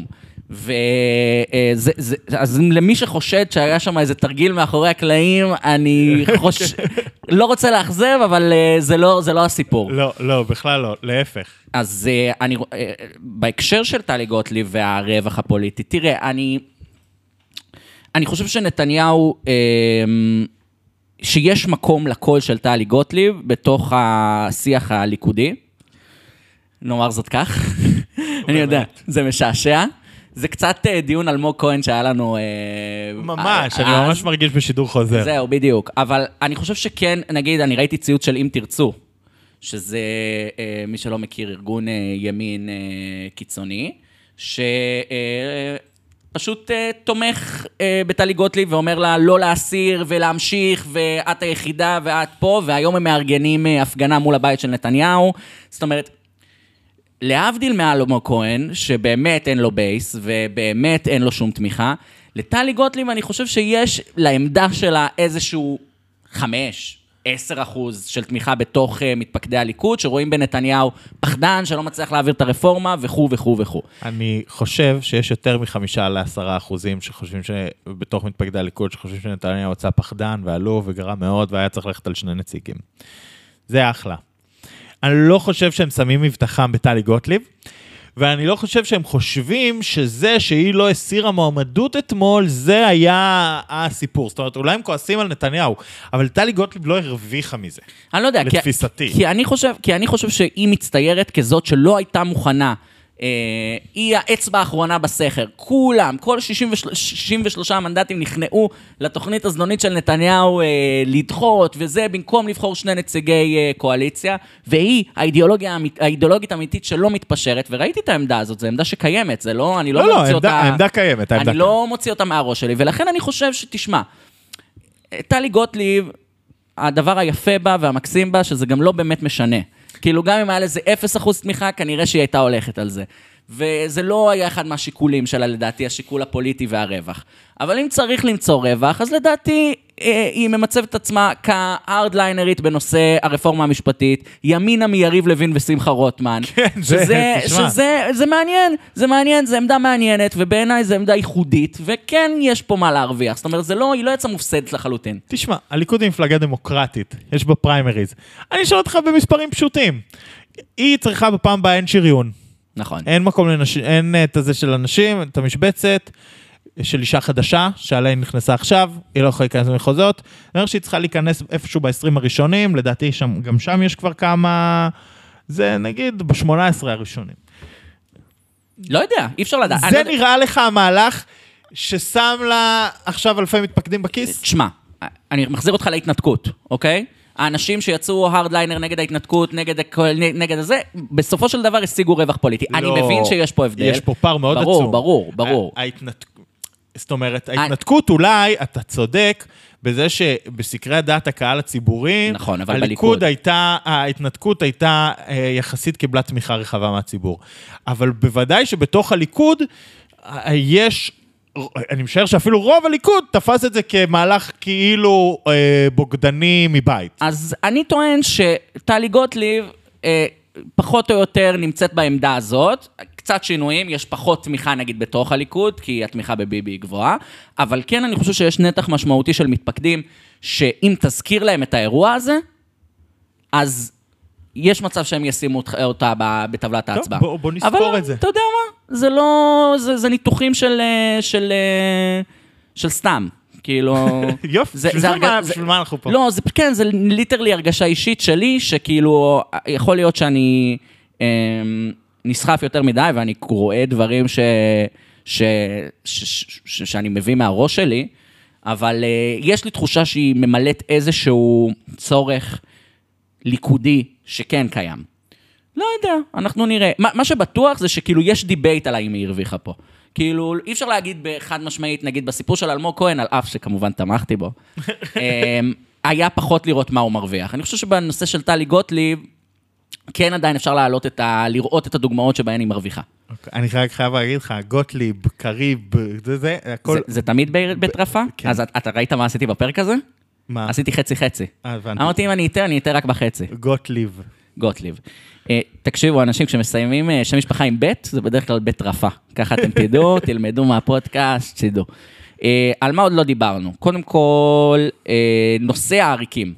Speaker 2: אז למי שחושד שהיה שם איזה תרגיל מאחורי הקלעים, אני לא רוצה לאכזב, אבל זה לא הסיפור.
Speaker 3: לא, לא, בכלל לא, להפך.
Speaker 2: אז בהקשר של טלי גוטליב והרווח הפוליטי, תראה, אני... אני חושב שנתניהו, שיש מקום לקול של טלי גוטליב בתוך השיח הליכודי, נאמר זאת כך, אני יודע, זה משעשע, זה קצת דיון על מוג כהן שהיה לנו...
Speaker 3: ממש, אני ממש מרגיש בשידור חוזר.
Speaker 2: זהו, בדיוק, אבל אני חושב שכן, נגיד, אני ראיתי ציוץ של אם תרצו, שזה, מי שלא מכיר, ארגון ימין קיצוני, ש... פשוט uh, תומך uh, בטלי גוטליב ואומר לה לא להסיר ולהמשיך, ואת היחידה ואת פה, והיום הם מארגנים uh, הפגנה מול הבית של נתניהו. זאת אומרת, להבדיל מאלמוג כהן, שבאמת אין לו בייס, ובאמת אין לו שום תמיכה, לטלי גוטליב אני חושב שיש לעמדה שלה איזשהו חמש, עשר אחוז של תמיכה בתוך uh, מתפקדי הליכוד, שרואים בנתניהו פחדן, שלא מצליח להעביר את הרפורמה, וכו' וכו' וכו'.
Speaker 3: אני חושב שיש יותר מחמישה לעשרה אחוזים שחושבים שבתוך מתפקדי הליכוד, שחושבים שנתניהו יצא פחדן ועלו וגרם מאוד, והיה צריך ללכת על שני נציגים. זה אחלה. אני לא חושב שהם שמים מבטחם בטלי גוטליב, ואני לא חושב שהם חושבים שזה שהיא לא הסירה מועמדות אתמול, זה היה הסיפור. זאת אומרת, אולי הם כועסים על נתניהו, אבל טלי גוטליב לא הרוויחה מזה.
Speaker 2: אני לא יודע,
Speaker 3: לתפיסתי.
Speaker 2: כי, כי אני חושב, כי אני חושב שהיא מצטיירת כזאת שלא הייתה מוכנה, אה, היא האצבע האחרונה בסכר. כולם, כל שישים ושלושה מנדטים נכנעו לתוכנית הזדונית של נתניהו אה, לדחות, וזה במקום לבחור שני נציגי אה, קואליציה, והיא האידיאולוגיה, האידיאולוגית האמיתית שלא מתפשרת, וראיתי את העמדה הזאת, זו עמדה שקיימת, זה לא, אני לא,
Speaker 3: לא,
Speaker 2: מוציא
Speaker 3: לא,
Speaker 2: אותה...
Speaker 3: העמדה קיימת, העמדה
Speaker 2: אני לא מוציא אותה מהראש שלי, ולכן אני חושב שתשמע, טלי גוטליב, הדבר היפה בה והמקסים בה, שזה גם לא באמת משנה. כאילו גם אם היה לזה אפס אחוז תמיכה, כנראה שהיא הייתה הולכת על זה. וזה לא היה אחד מהשיקולים שלה, לדעתי, השיקול הפוליטי והרווח. אבל אם צריך למצוא רווח, אז לדעתי היא ממצבת את עצמה כהארדליינרית בנושא הרפורמה המשפטית, ימינה מיריב לוין ושמחה רוטמן.
Speaker 3: כן,
Speaker 2: שזה,
Speaker 3: זה,
Speaker 2: שזה, זה מעניין, זה מעניין, זה עמדה מעניינת, ובעיניי זה עמדה ייחודית, וכן יש פה מה להרוויח. זאת אומרת, זה לא, היא לא יצאה מופסדת לחלוטין.
Speaker 3: תשמע, הליכוד היא מפלגה דמוקרטית, יש בה פריימריז. אני אשאל אותך במספרים פשוטים. היא צריכה בפעם הבאה אין שריון.
Speaker 2: נכון.
Speaker 3: אין מקום לנשים, אין את הזה של אנשים, את המשבצת של אישה חדשה, שעליה היא נכנסה עכשיו, היא לא יכולה להיכנס במחוזות, אני אומר שהיא צריכה להיכנס איפשהו ב-עשרים הראשונים, לדעתי שם, גם שם יש כבר כמה, זה נגיד ב-שמונה עשרה הראשונים.
Speaker 2: לא יודע, אי אפשר לדעת.
Speaker 3: זה נראה לך המהלך ששם לה עכשיו אלפי מתפקדים בכיס?
Speaker 2: תשמע, אני מחזיר אותך להתנתקות, אוקיי? האנשים שיצאו הארדליינר נגד ההתנתקות, נגד, נגד הזה, בסופו של דבר השיגו רווח פוליטי. לא, אני מבין שיש פה הבדל.
Speaker 3: יש פה פער מאוד
Speaker 2: ברור,
Speaker 3: עצום.
Speaker 2: ברור, ברור.
Speaker 3: ההתנת... זאת אומרת, ההתנתקות אולי, אתה צודק, בזה שבסקרי הדעת הקהל הציבורי,
Speaker 2: נכון, אבל
Speaker 3: הליכוד
Speaker 2: בליכוד.
Speaker 3: הייתה, ההתנתקות הייתה יחסית קיבלה תמיכה רחבה מהציבור. אבל בוודאי שבתוך הליכוד יש... אני משער שאפילו רוב הליכוד תפס את זה כמהלך כאילו אה, בוגדני מבית.
Speaker 2: אז אני טוען שטלי גוטליב, אה, פחות או יותר נמצאת בעמדה הזאת, קצת שינויים, יש פחות תמיכה נגיד בתוך הליכוד, כי התמיכה בביבי היא גבוהה, אבל כן אני חושב שיש נתח משמעותי של מתפקדים, שאם תזכיר להם את האירוע הזה, אז יש מצב שהם ישימו אותה בטבלת ההצבעה.
Speaker 3: בוא, בוא נספור
Speaker 2: אבל,
Speaker 3: את זה.
Speaker 2: אתה יודע מה? זה לא, זה, זה ניתוחים של, של, של סתם. כאילו...
Speaker 3: יופי,
Speaker 2: זה,
Speaker 3: בשביל
Speaker 2: זה
Speaker 3: זה
Speaker 2: הרג...
Speaker 3: מה,
Speaker 2: זה...
Speaker 3: בשביל מה אנחנו פה?
Speaker 2: לא, זה, כן, זה ליטרלי הרגשה אישית שלי, שכאילו, יכול להיות שאני אה, נסחף יותר מדי, ואני רואה דברים ש, ש, ש, ש, ש, שאני מביא מהראש שלי, אבל אה, יש לי תחושה שהיא ממלאת איזשהו צורך ליכודי שכן קיים. לא יודע, אנחנו נראה. מה, מה שבטוח זה שכאילו יש דיבייט על האם היא הרוויחה פה. כאילו, אי אפשר להגיד בחד משמעית, נגיד בסיפור של אלמוג כהן, על אף שכמובן תמכתי בו, היה פחות לראות מה הוא מרוויח. אני חושב שבנושא של טלי גוטליב, כן עדיין אפשר להעלות את ה... לראות את הדוגמאות שבהן היא מרוויחה.
Speaker 3: אני רק חייב להגיד לך, גוטליב, קריב, זה זה, הכל...
Speaker 2: זה תמיד בטרפה? אז אתה ראית מה עשיתי בפרק הזה?
Speaker 3: מה?
Speaker 2: עשיתי חצי-חצי.
Speaker 3: הבנתי.
Speaker 2: אמרתי, אם אני אתן, אני אתן רק בחצי.
Speaker 3: גוטליב.
Speaker 2: גוטליב. תקשיבו, אנשים, כשמסיימים שם משפחה עם בית, זה בדרך כלל בית רפה. ככה אתם תדעו, תלמדו מהפודקאסט, תדעו. על מה עוד לא דיברנו? קודם כל, נושא העריקים.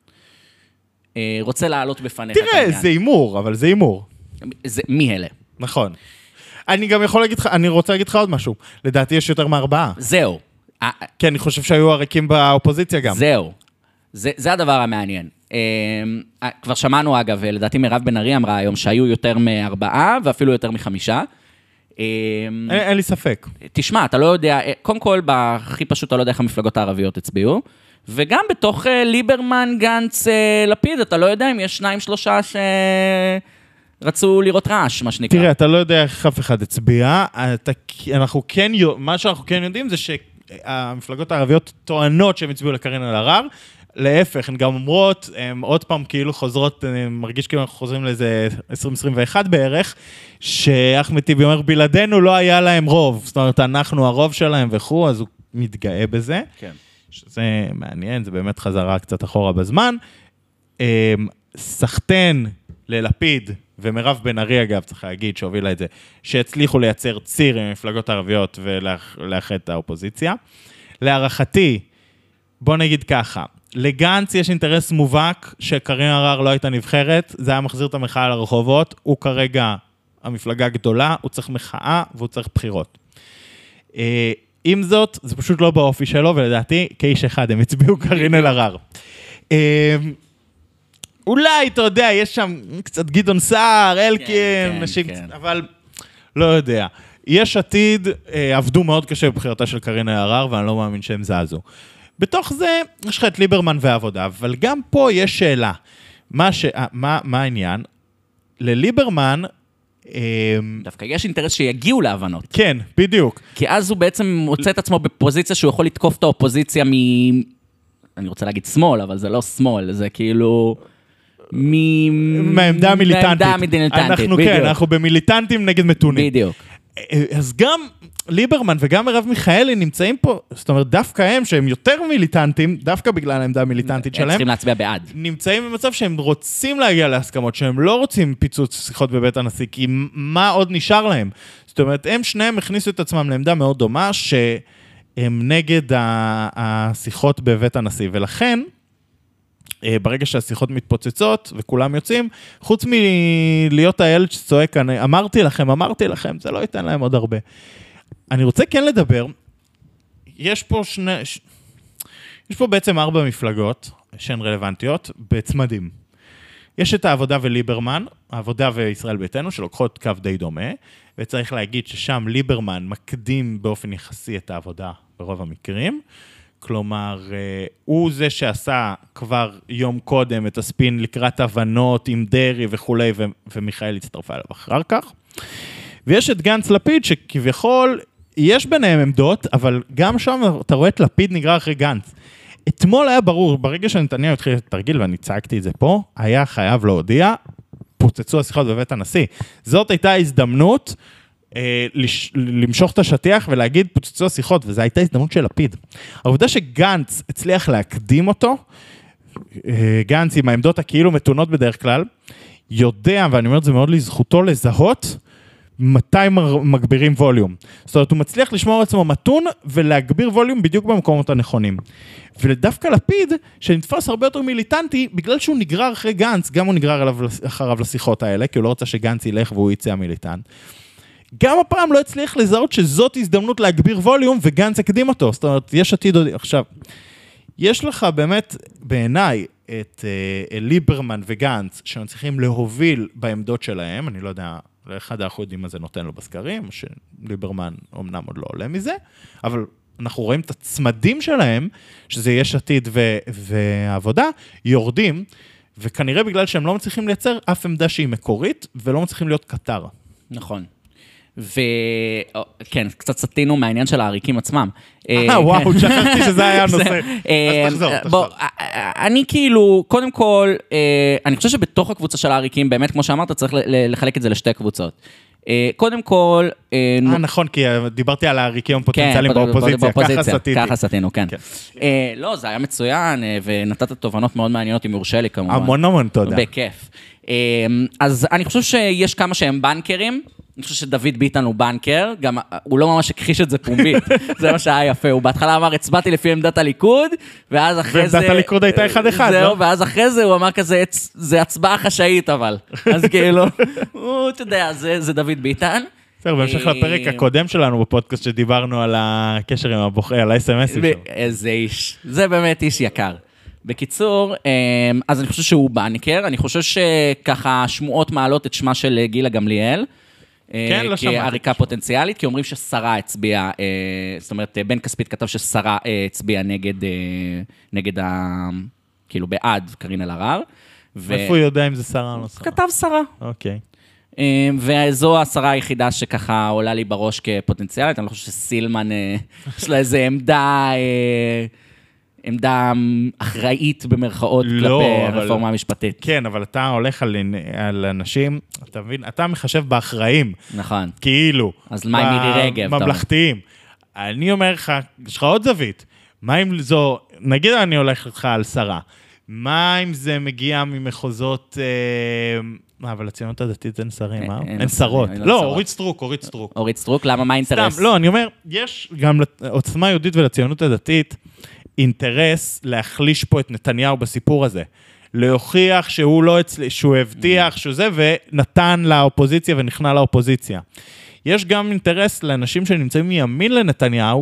Speaker 2: רוצה לעלות בפניך.
Speaker 3: תראה, זה אימור, אבל זה אימור.
Speaker 2: מי אלה?
Speaker 3: נכון. אני גם יכול להגיד לך, אני רוצה להגיד לך עוד משהו. לדעתי יש יותר מארבעה.
Speaker 2: זהו.
Speaker 3: כי אני חושב שהיו עריקים באופוזיציה גם.
Speaker 2: זהו. זה, זה הדבר המעניין. כבר שמענו אגב, לדעתי מירב בן ארי אמרה היום שהיו יותר מארבעה ואפילו יותר מחמישה.
Speaker 3: אין, אין לי ספק.
Speaker 2: תשמע, אתה לא יודע, קודם כל, בהכי פשוט אתה לא יודע איך המפלגות הערביות הצביעו, וגם בתוך ליברמן, גנץ, לפיד, אתה לא יודע אם יש שניים, שלושה שרצו לראות רעש, מה שנקרא.
Speaker 3: תראה, אתה לא יודע איך אף אחד הצביע, אתה, אנחנו כן, מה שאנחנו כן יודעים זה שהמפלגות הערביות טוענות שהם הצביעו לקרין אלהרר, להפך, הן גם אומרות, הן עוד פעם כאילו חוזרות, אני מרגיש כאילו אנחנו חוזרים לאיזה עשרים עשרים ואחת בערך, שאחמד טיבי אומר, בלעדינו לא היה להם רוב, זאת אומרת, אנחנו הרוב שלהם וכו', אז הוא מתגאה בזה.
Speaker 2: כן.
Speaker 3: שזה מעניין, זה באמת חזרה קצת אחורה בזמן. סחטן ללפיד, ומירב בן ארי אגב, צריך להגיד שהובילה את זה, שהצליחו לייצר ציר עם מפלגות ערביות ולאחד את האופוזיציה. להערכתי, בוא נגיד ככה, לגנץ יש אינטרס מובהק שקרין אלהרר לא הייתה נבחרת, זה היה מחזיר את המחאה לרחובות, הוא כרגע המפלגה גדולה, הוא צריך מחאה והוא צריך בחירות. עם זאת, זה פשוט לא באופי שלו, ולדעתי, כאיש אחד, הם הצביעו קרין אלהרר. אולי, אתה יודע, יש שם קצת גדעון סער, אלקין, נשים, אבל לא יודע. יש עתיד, עבדו מאוד קשה בבחירתה של קרין אלהרר, ואני לא מאמין שהם זזו. בתוך זה, יש לך את ליברמן והעבודה, אבל גם פה יש שאלה. מה, ש... מה, מה העניין? לליברמן...
Speaker 2: דווקא יש אינטרס שיגיעו להבנות.
Speaker 3: כן, בדיוק.
Speaker 2: כי אז הוא בעצם מוצא את עצמו בפוזיציה שהוא יכול לתקוף את האופוזיציה מ... אני רוצה להגיד שמאל, אבל זה לא שמאל, זה כאילו... מ...
Speaker 3: מהעמדה המיליטנטית.
Speaker 2: מהעמדה המיליטנטית,
Speaker 3: אנחנו
Speaker 2: בדיוק.
Speaker 3: כן, אנחנו במיליטנטים נגד מתונים.
Speaker 2: בדיוק.
Speaker 3: אז גם ליברמן וגם מרב מיכאלי נמצאים פה, זאת אומרת, דווקא הם, שהם יותר מיליטנטים, דווקא בגלל העמדה המיליטנטית שלהם,
Speaker 2: הם צריכים להצביע בעד.
Speaker 3: נמצאים במצב שהם רוצים להגיע להסכמות, שהם לא רוצים פיצוץ שיחות בבית הנשיא, כי מה עוד נשאר להם? זאת אומרת, הם שניהם הכניסו את עצמם לעמדה מאוד דומה, שהם נגד השיחות בבית הנשיא, ולכן, ברגע שהשיחות מתפוצצות וכולם יוצאים, חוץ מלהיות הילד שצועק, אמרתי לכם, אמרתי לכם, זה לא ייתן להם עוד הרבה. אני רוצה כן לדבר, יש פה שני, יש פה בעצם ארבע מפלגות שהן רלוונטיות בצמדים. יש את העבודה וליברמן, העבודה וישראל ביתנו, שלוקחות קו די דומה, וצריך להגיד ששם ליברמן מקדים באופן יחסי את העבודה ברוב המקרים, כלומר, הוא זה שעשה כבר יום קודם את הספין לקראת הבנות עם דרי וכולי, ו- ומיכאל הצטרפה אליו אחר כך. ויש את גנץ לפיד, שכביכול יש ביניהם עמדות, אבל גם שם אתה רואה את לפיד נגרר אחרי גנץ. אתמול היה ברור, ברגע שנתניהו התחיל את התרגיל, ואני צעקתי את זה פה, היה חייב להודיע, פוצצו השיחות בבית הנשיא. זאת הייתה הזדמנות, למשוך את השטיח ולהגיד פוצצו השיחות, וזו הייתה הזדמנות של לפיד. העובדה שגנץ הצליח להקדים אותו, גנץ עם העמדות הכאילו מתונות בדרך כלל, יודע, ואני אומר את זה מאוד לזכותו, לזהות מתי מגבירים ווליום. זאת אומרת, הוא מצליח לשמור על עצמו מתון ולהגביר ווליום בדיוק במקומות הנכונים. ודווקא לפיד, שנתפס הרבה יותר מיליטנטי, בגלל שהוא נגרר אחרי גנץ, גם הוא נגרר אחריו לשיחות האלה, כי הוא לא רוצה שגנץ ילך והוא יצא מיליטנט. גם הפעם לא הצליח לזהות שזאת הזדמנות להגביר ווליום, וגנץ הקדים אותו. זאת אומרת, יש עתיד עוד... עכשיו, יש לך באמת, בעיניי, את אה, ליברמן וגנץ, שמצליחים להוביל בעמדות שלהם, אני לא יודע, לאחד אנחנו יודעים מה זה נותן לו בסקרים, שליברמן אמנם עוד לא עולה מזה, אבל אנחנו רואים את הצמדים שלהם, שזה יש עתיד ו- והעבודה, יורדים, וכנראה בגלל שהם לא מצליחים לייצר אף עמדה שהיא מקורית, ולא מצליחים להיות קטר.
Speaker 2: נכון. וכן, קצת סטינו מהעניין של העריקים עצמם.
Speaker 3: אה, וואו, שכחתי שזה היה הנושא. אז תחזור, תחזור.
Speaker 2: אני כאילו, קודם כל, אני חושב שבתוך הקבוצה של העריקים, באמת, כמו שאמרת, צריך לחלק את זה לשתי קבוצות. קודם כל...
Speaker 3: אה, נכון, כי דיברתי על העריקים הפוטנציאליים באופוזיציה. ככה סטיתי.
Speaker 2: ככה סטינו, כן. לא, זה היה מצוין, ונתת תובנות מאוד מעניינות, אם יורשה לי כמובן.
Speaker 3: המון המון תודה.
Speaker 2: בכיף. אז אני חושב שיש כמה שהם בנקרים, אני חושב שדוד ביטן הוא בנקר, גם הוא לא ממש הכחיש את זה פומבית, זה מה שהיה יפה, הוא בהתחלה אמר, הצבעתי לפי עמדת הליכוד, ואז אחרי זה...
Speaker 3: ועמדת הליכוד הייתה אחד אחד, לא?
Speaker 2: זהו, ואז אחרי זה הוא אמר כזה, זה הצבעה חשאית אבל, אז כאילו, הוא, אתה יודע, זה דוד ביטן.
Speaker 3: בסדר, בהמשך לפרק הקודם שלנו בפודקאסט שדיברנו על הקשר עם הבוחר, על ה-אס אם אסים שלו.
Speaker 2: איזה איש, זה באמת איש יקר. בקיצור, אז אני חושב שהוא בנקר, אני חושב שככה שמועות מעלות את שמה של גילה גמליאל,
Speaker 3: כן, לא שמעתי.
Speaker 2: כעריקה פוטנציאלית, כי אומרים ששרה הצביעה, זאת אומרת, בן כספית כתב ששרה הצביעה נגד, נגד ה... כאילו בעד קרין אלהרר.
Speaker 3: איפה הוא יודע אם זה שרה או לא שרה?
Speaker 2: כתב שרה.
Speaker 3: אוקיי.
Speaker 2: וזו השרה היחידה שככה עולה לי בראש כפוטנציאלית, אני לא חושב שסילמן, יש לה איזו עמדה... עמדה אחראית במרכאות
Speaker 3: לא,
Speaker 2: כלפי
Speaker 3: אבל...
Speaker 2: הרפורמה המשפטית.
Speaker 3: כן, אבל אתה הולך על, על אנשים, אתה מבין, אתה מחשב באחראים.
Speaker 2: נכון.
Speaker 3: כאילו.
Speaker 2: אז מה עם מירי רגב?
Speaker 3: ממלכתיים. אני אומר לך, יש לך עוד זווית. מה אם זו, נגיד אני הולך לך על שרה, מה אם זה מגיע ממחוזות, מה, אבל הציונות הדתית אין שרים, מה? אין שרות. לא, אורית סטרוק, אורית סטרוק.
Speaker 2: אורית סטרוק, למה, מה האינטרס?
Speaker 3: סתם, לא, אני אומר, יש גם לעוצמה יהודית ולציונות הדתית, אינטרס להחליש פה את נתניהו בסיפור הזה. להוכיח שהוא לא הצליח, שהוא הבטיח, שהוא זה, ונתן לאופוזיציה ונכנע לאופוזיציה. יש גם אינטרס לאנשים שנמצאים מימין לנתניהו,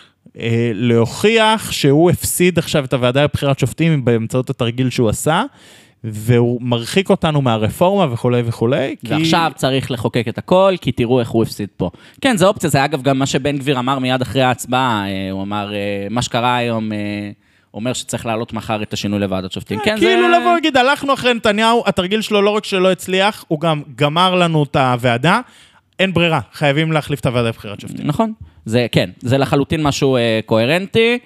Speaker 3: להוכיח שהוא הפסיד עכשיו את הוועדה לבחירת שופטים באמצעות התרגיל שהוא עשה, והוא מרחיק אותנו מהרפורמה וכו' וכו'.
Speaker 2: ועכשיו כי... צריך לחוקק את הכל, כי תראו איך הוא הפסיד פה. כן, זו אופציה, זה אגב גם מה שבן גביר אמר מיד אחרי ההצבעה, הוא אמר, מה שקרה היום, אומר שצריך לעלות מחר את השינוי לוועדת שופטים. כן,
Speaker 3: כאילו
Speaker 2: זה...
Speaker 3: לבוא להגיד, הלכנו אחרי נתניהו, התרגיל שלו לא רק שלא הצליח, הוא גם גמר לנו את הוועדה, אין ברירה, חייבים להחליף את הוועדה לבחירת שופטים.
Speaker 2: נכון, זה כן, זה לחלוטין משהו קוהרנטי,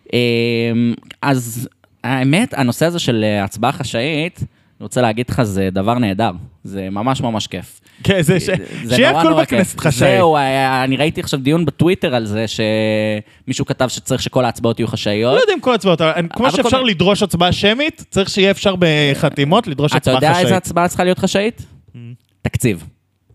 Speaker 2: אז... האמת, הנושא הזה של הצבעה חשאית, אני רוצה להגיד לך, זה דבר נהדר. זה ממש ממש כיף.
Speaker 3: כן, זה שיהיה הכל בכנסת חשאית.
Speaker 2: זהו, אני ראיתי עכשיו דיון בטוויטר על זה, שמישהו כתב שצריך שכל ההצבעות יהיו חשאיות.
Speaker 3: לא יודע אם כל ההצבעות, כמו שאפשר לדרוש הצבעה שמית, צריך שיהיה אפשר בחתימות לדרוש הצבעה חשאית.
Speaker 2: אתה יודע איזה הצבעה צריכה להיות חשאית? תקציב.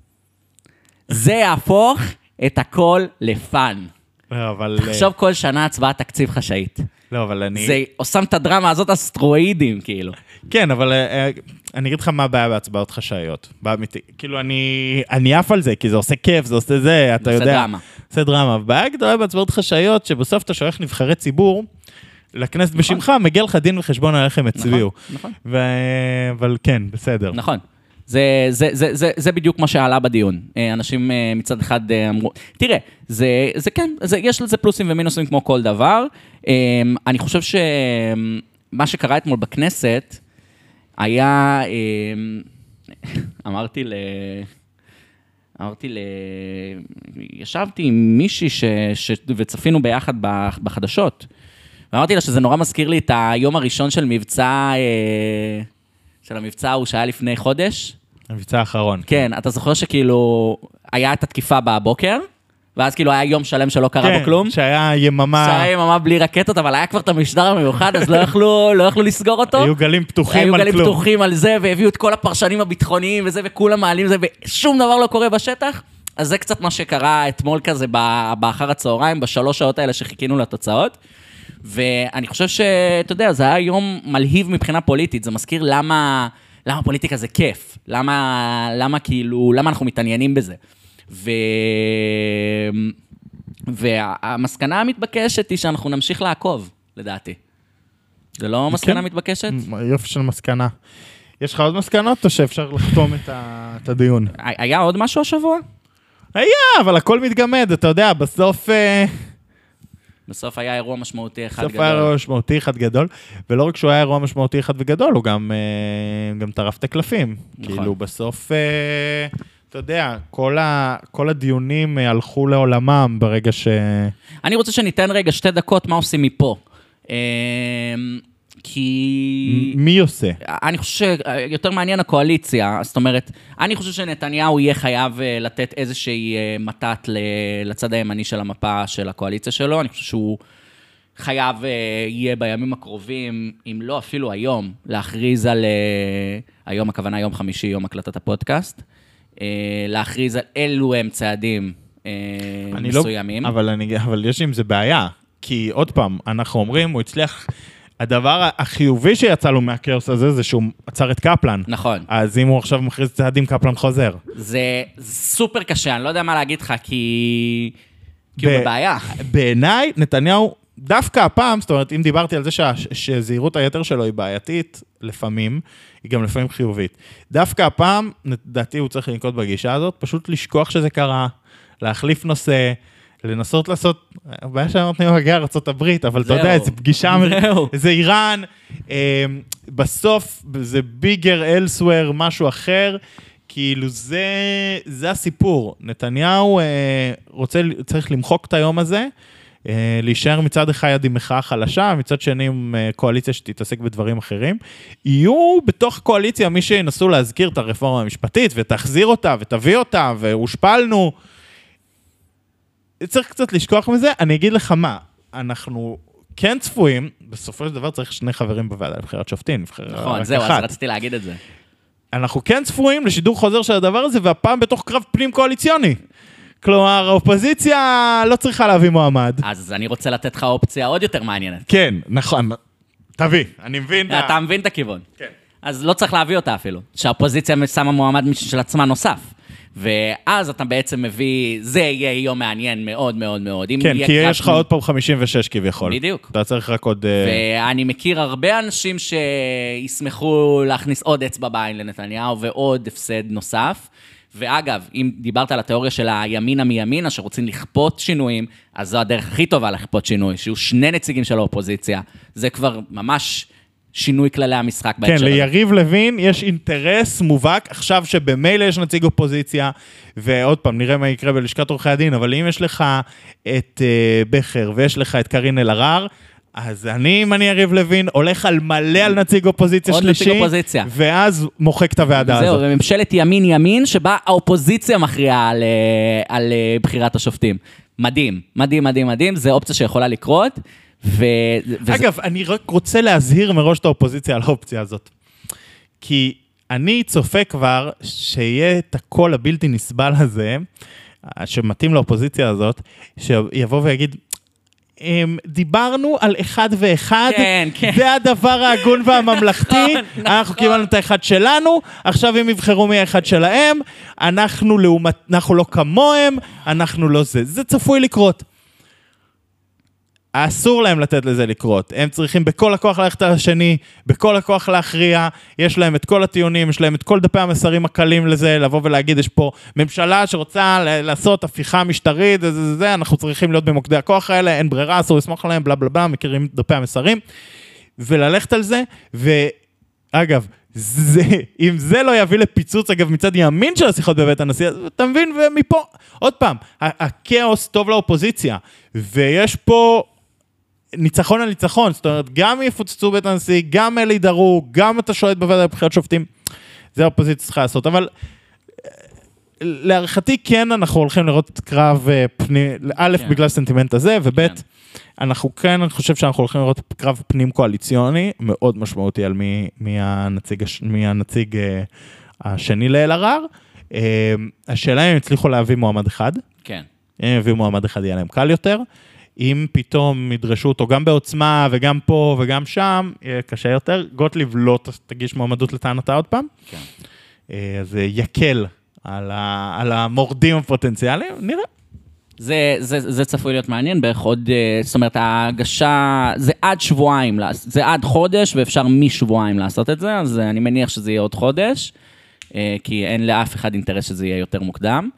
Speaker 2: זה יהפוך את הכל לפן. תחשוב כל שנה הצבעה תקציב חשאית.
Speaker 3: לא, אבל אני...
Speaker 2: זה עושים את הדרמה הזאת אסטרואידים, כאילו.
Speaker 3: כן, אבל אני אגיד לך מה הבעיה בהצבעות חשאיות. כאילו, אני עף על זה, כי זה עושה כיף, זה עושה זה, אתה יודע.
Speaker 2: עושה דרמה.
Speaker 3: עושה דרמה. הבעיה גדולה בהצבעות חשאיות, שבסוף אתה שולח נבחרי ציבור, לכנסת בשמך, מגיע לך דין וחשבון על איך הם הצביעו.
Speaker 2: נכון.
Speaker 3: אבל כן, בסדר.
Speaker 2: נכון. זה, זה, זה, זה, זה בדיוק מה שעלה בדיון. אנשים מצד אחד אמרו, תראה, זה, זה כן, זה, יש לזה פלוסים ומינוסים כמו כל דבר. אני חושב שמה שקרה אתמול בכנסת, היה, אמרתי ל... אמרתי ל... ישבתי עם מישהי ש... ש... וצפינו ביחד בחדשות, ואמרתי לה שזה נורא מזכיר לי את היום הראשון של מבצע... של המבצע הוא שהיה לפני חודש.
Speaker 3: המבצע האחרון.
Speaker 2: כן, אתה זוכר שכאילו היה את התקיפה בבוקר, ואז כאילו היה יום שלם שלא קרה בו כלום.
Speaker 3: כן, שהיה יממה...
Speaker 2: שהיה יממה בלי רקטות, אבל היה כבר את המשדר המיוחד, אז לא יכלו, לא יכלו לסגור אותו.
Speaker 3: היו גלים פתוחים על כלום.
Speaker 2: היו גלים פתוחים על זה, והביאו את כל הפרשנים הביטחוניים וזה, וכולם מעלים זה, ושום דבר לא קורה בשטח. אז זה קצת מה שקרה אתמול כזה באחר הצהריים, בשלוש שעות האלה שחיכינו לתוצאות. ואני חושב שאתה יודע, זה היה יום מלהיב מבחינה פוליטית, זה מזכיר למה, למה פוליטיקה זה כיף, למה, למה כאילו, למה אנחנו מתעניינים בזה. ו... והמסקנה המתבקשת היא שאנחנו נמשיך לעקוב, לדעתי. זה לא מסקנה מתבקשת?
Speaker 3: יופי של מסקנה. יש לך עוד מסקנות או שאפשר לחתום את הדיון?
Speaker 2: היה עוד משהו השבוע?
Speaker 3: היה, אבל הכל מתגמד, אתה יודע, בסוף...
Speaker 2: בסוף היה אירוע משמעותי אחד גדול.
Speaker 3: בסוף היה אירוע משמעותי אחד גדול, ולא רק שהוא היה אירוע משמעותי אחד וגדול, הוא גם, גם טרף את הקלפים. נכון. כאילו, בסוף, אתה יודע, כל, ה, כל הדיונים הלכו לעולמם ברגע ש...
Speaker 2: אני רוצה שניתן רגע שתי דקות מה עושים מפה. כי...
Speaker 3: מי עושה?
Speaker 2: אני חושב שיותר מעניין הקואליציה, זאת אומרת, אני חושב שנתניהו יהיה חייב לתת איזושהי מתת לצד הימני של המפה של הקואליציה שלו, אני חושב שהוא חייב יהיה בימים הקרובים, אם לא אפילו היום, להכריז על, היום הכוונה יום חמישי, יום הקלטת הפודקאסט, להכריז על אילו הם צעדים מסוימים.
Speaker 3: לא, אבל, אני, אבל יש עם זה בעיה, כי עוד פעם, אנחנו אומרים, הוא הצליח... הדבר החיובי שיצא לו מהקרס הזה, זה שהוא עצר את קפלן.
Speaker 2: נכון.
Speaker 3: אז אם הוא עכשיו מכריז צעדים, קפלן חוזר.
Speaker 2: זה סופר קשה, אני לא יודע מה להגיד לך, כי... כי הוא בבעיה.
Speaker 3: בעיניי, נתניהו, דווקא הפעם, זאת אומרת, אם דיברתי על זה שזהירות היתר שלו היא בעייתית, לפעמים, היא גם לפעמים חיובית. דווקא הפעם, לדעתי הוא צריך לנקוט בגישה הזאת, פשוט לשכוח שזה קרה, להחליף נושא, לנסות לעשות, הבעיה שאמרתי מגיע ארצות הברית, אבל אתה יודע, זה פגישה, זה איראן, בסוף זה ביגר אלסוור, משהו אחר, כאילו זה, זה הסיפור. נתניהו רוצה, צריך למחוק את היום הזה, להישאר מצד אחד עם מחאה חלשה, מצד שני עם קואליציה שתתעסק בדברים אחרים. יהיו בתוך קואליציה מי שינסו להזכיר את הרפורמה המשפטית, ותחזיר אותה, ותביא אותה, והושפלנו, צריך קצת לשכוח מזה, אני אגיד לך מה, אנחנו כן צפויים, בסופו של דבר צריך שני חברים בוועדה לבחירת שופטים,
Speaker 2: נכון, זהו, אז רציתי להגיד את זה.
Speaker 3: אנחנו כן צפויים לשידור חוזר של הדבר הזה, והפעם בתוך קרב פנים קואליציוני. כלומר, האופוזיציה לא צריכה להביא מועמד.
Speaker 2: אז אני רוצה לתת לך אופציה עוד יותר מעניינת.
Speaker 3: כן, נכון, תביא, אני מבין.
Speaker 2: אתה מבין את הכיוון.
Speaker 3: כן.
Speaker 2: אז לא צריך להביא אותה אפילו, שהאופוזיציה שמה מועמד של עצמה נוסף. ואז אתה בעצם מביא, זה יהיה יום מעניין מאוד מאוד מאוד.
Speaker 3: כן, כי יש לך עוד פעם חמישים ושש כביכול.
Speaker 2: בדיוק.
Speaker 3: אתה צריך רק עוד...
Speaker 2: ואני מכיר הרבה אנשים שישמחו להכניס עוד אצבע בעין לנתניהו, ועוד הפסד נוסף. ואגב, אם דיברת על התיאוריה של הימינה מימינה, שרוצים לכפות שינויים, אז זו הדרך הכי טובה לכפות שינוי, שיהיו שני נציגים של האופוזיציה. זה כבר ממש... שינוי כללי המשחק בהקשר הזה.
Speaker 3: כן, ליריב לוין יש אינטרס מובהק, עכשיו שבמילא יש נציג אופוזיציה, ועוד פעם, נראה מה יקרה בלשכת עורכי הדין, אבל אם יש לך את uh, בכר, ויש לך את קרין אלהרר, אז אני, אם אני יריב לוין, הולך על מלא על נציג אופוזיציה שלישי, נציג אופוזיציה. ואז מוחק את הוועדה הזאת.
Speaker 2: זהו, וממשלת ימין-ימין, שבה האופוזיציה מכריעה על, על בחירת השופטים. מדהים, מדהים, מדהים, מדהים, זה אופציה שיכולה לקרות, ו...
Speaker 3: אגב, וזה... אני רק רוצה להזהיר מראש את האופוזיציה על האופציה הזאת. כי אני צופה כבר שיהיה את הקול הבלתי נסבל הזה, שמתאים לאופוזיציה הזאת, שיבוא ויגיד, דיברנו על אחד ואחד,
Speaker 2: כן, כן.
Speaker 3: זה הדבר ההגון והממלכתי, אנחנו קיבלנו את האחד שלנו, עכשיו הם יבחרו מי האחד שלהם, אנחנו, לעומת, אנחנו לא כמוהם, אנחנו לא זה. זה צפוי לקרות. אסור להם לתת לזה לקרות. הם צריכים בכל הכוח ללכת על השני, בכל הכוח להכריע, יש להם את כל הטיעונים, יש להם את כל דפי המסרים הקלים לזה, לבוא ולהגיד, יש פה ממשלה שרוצה לעשות הפיכה משטרית, זה, זה, זה, אנחנו צריכים להיות במוקדי הכוח האלה, אין ברירה, אסור לסמוך עליהם, בלה בלה בלה, מכירים דפי המסרים, וללכת על זה, ואגב, זה, אם זה לא יביא לפיצוץ, אגב, מצד ימין של השיחות בבית הנשיא, אז אתה מבין, ומפה, עוד פעם, הכאוס טוב לאופוזיציה, ויש פה ניצחון על ניצחון, זאת אומרת, גם יפוצצו בית הנשיא, גם אלה ידרו, גם אתה שולט בוועדה לבחירת שופטים, זה האופוזיציה צריכה לעשות, אבל להערכתי כן אנחנו הולכים לראות קרב פנים, א',
Speaker 2: כן.
Speaker 3: בגלל הסנטימנט הזה, וב',
Speaker 2: כן.
Speaker 3: אנחנו כן, אני חושב שאנחנו הולכים לראות קרב פנים קואליציוני, מאוד משמעותי על מי, מי הנציג, מי הנציג השני לאלערר. השאלה אם הצליחו להביא מועמד אחד.
Speaker 2: כן.
Speaker 3: אם הביאו מועמד אחד יהיה להם קל יותר. אם פתאום ידרשו אותו גם בעוצמה וגם פה וגם שם, יהיה קשה יותר. גוטליב לא תגיש מועמדות לטענתה עוד פעם.
Speaker 2: כן.
Speaker 3: אז זה יקל על, ה, על המורדים הפוטנציאליים, נראה.
Speaker 2: זה, זה, זה צפוי להיות מעניין, בערך עוד, זאת אומרת, ההגשה, זה עד שבועיים, זה עד חודש, ואפשר משבועיים לעשות את זה, אז אני מניח שזה יהיה עוד חודש, כי אין לאף אחד אינטרס שזה יהיה יותר מוקדם.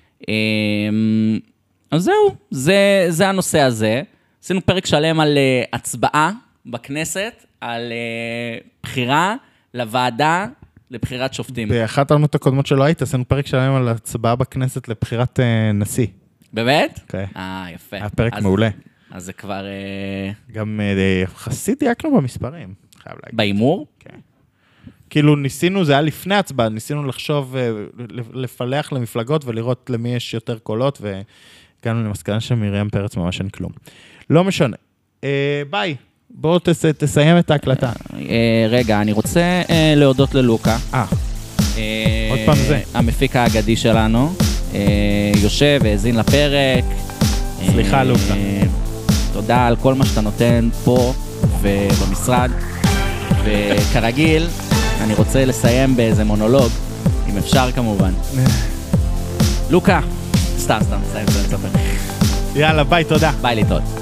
Speaker 2: אז זהו, זה, זה הנושא הזה. עשינו פרק שלם על הצבעה בכנסת, על בחירה לוועדה לבחירת שופטים.
Speaker 3: באחת העונות הקודמות שלא היית, עשינו פרק שלם על הצבעה בכנסת לבחירת נשיא.
Speaker 2: באמת?
Speaker 3: כן.
Speaker 2: אה, יפה.
Speaker 3: היה פרק
Speaker 2: אז,
Speaker 3: מעולה.
Speaker 2: אז זה כבר...
Speaker 3: גם חסיד דייקנו במספרים, חייב להגיד.
Speaker 2: באימור?
Speaker 3: כן. כאילו ניסינו, זה היה לפני הצבעה, ניסינו לחשוב, לפלח למפלגות ולראות למי יש יותר קולות, והגענו למסקנה שמרים פרץ ממש אין כלום. לא משנה. ביי, בואו תסיים את ההקלטה.
Speaker 2: רגע, אני רוצה להודות ללוקה.
Speaker 3: אה, עוד פעם זה.
Speaker 2: המפיק האגדי שלנו. יושב והזין לפרק.
Speaker 3: סליחה, לוקה.
Speaker 2: תודה על כל מה שאתה נותן פה ובמשרד. וכרגיל, אני רוצה לסיים באיזה מונולוג, אם אפשר כמובן. לוקה, סתם, סתם, סתם, סתם, סתם.
Speaker 3: יאללה, ביי, תודה.
Speaker 2: ביי, להתראות.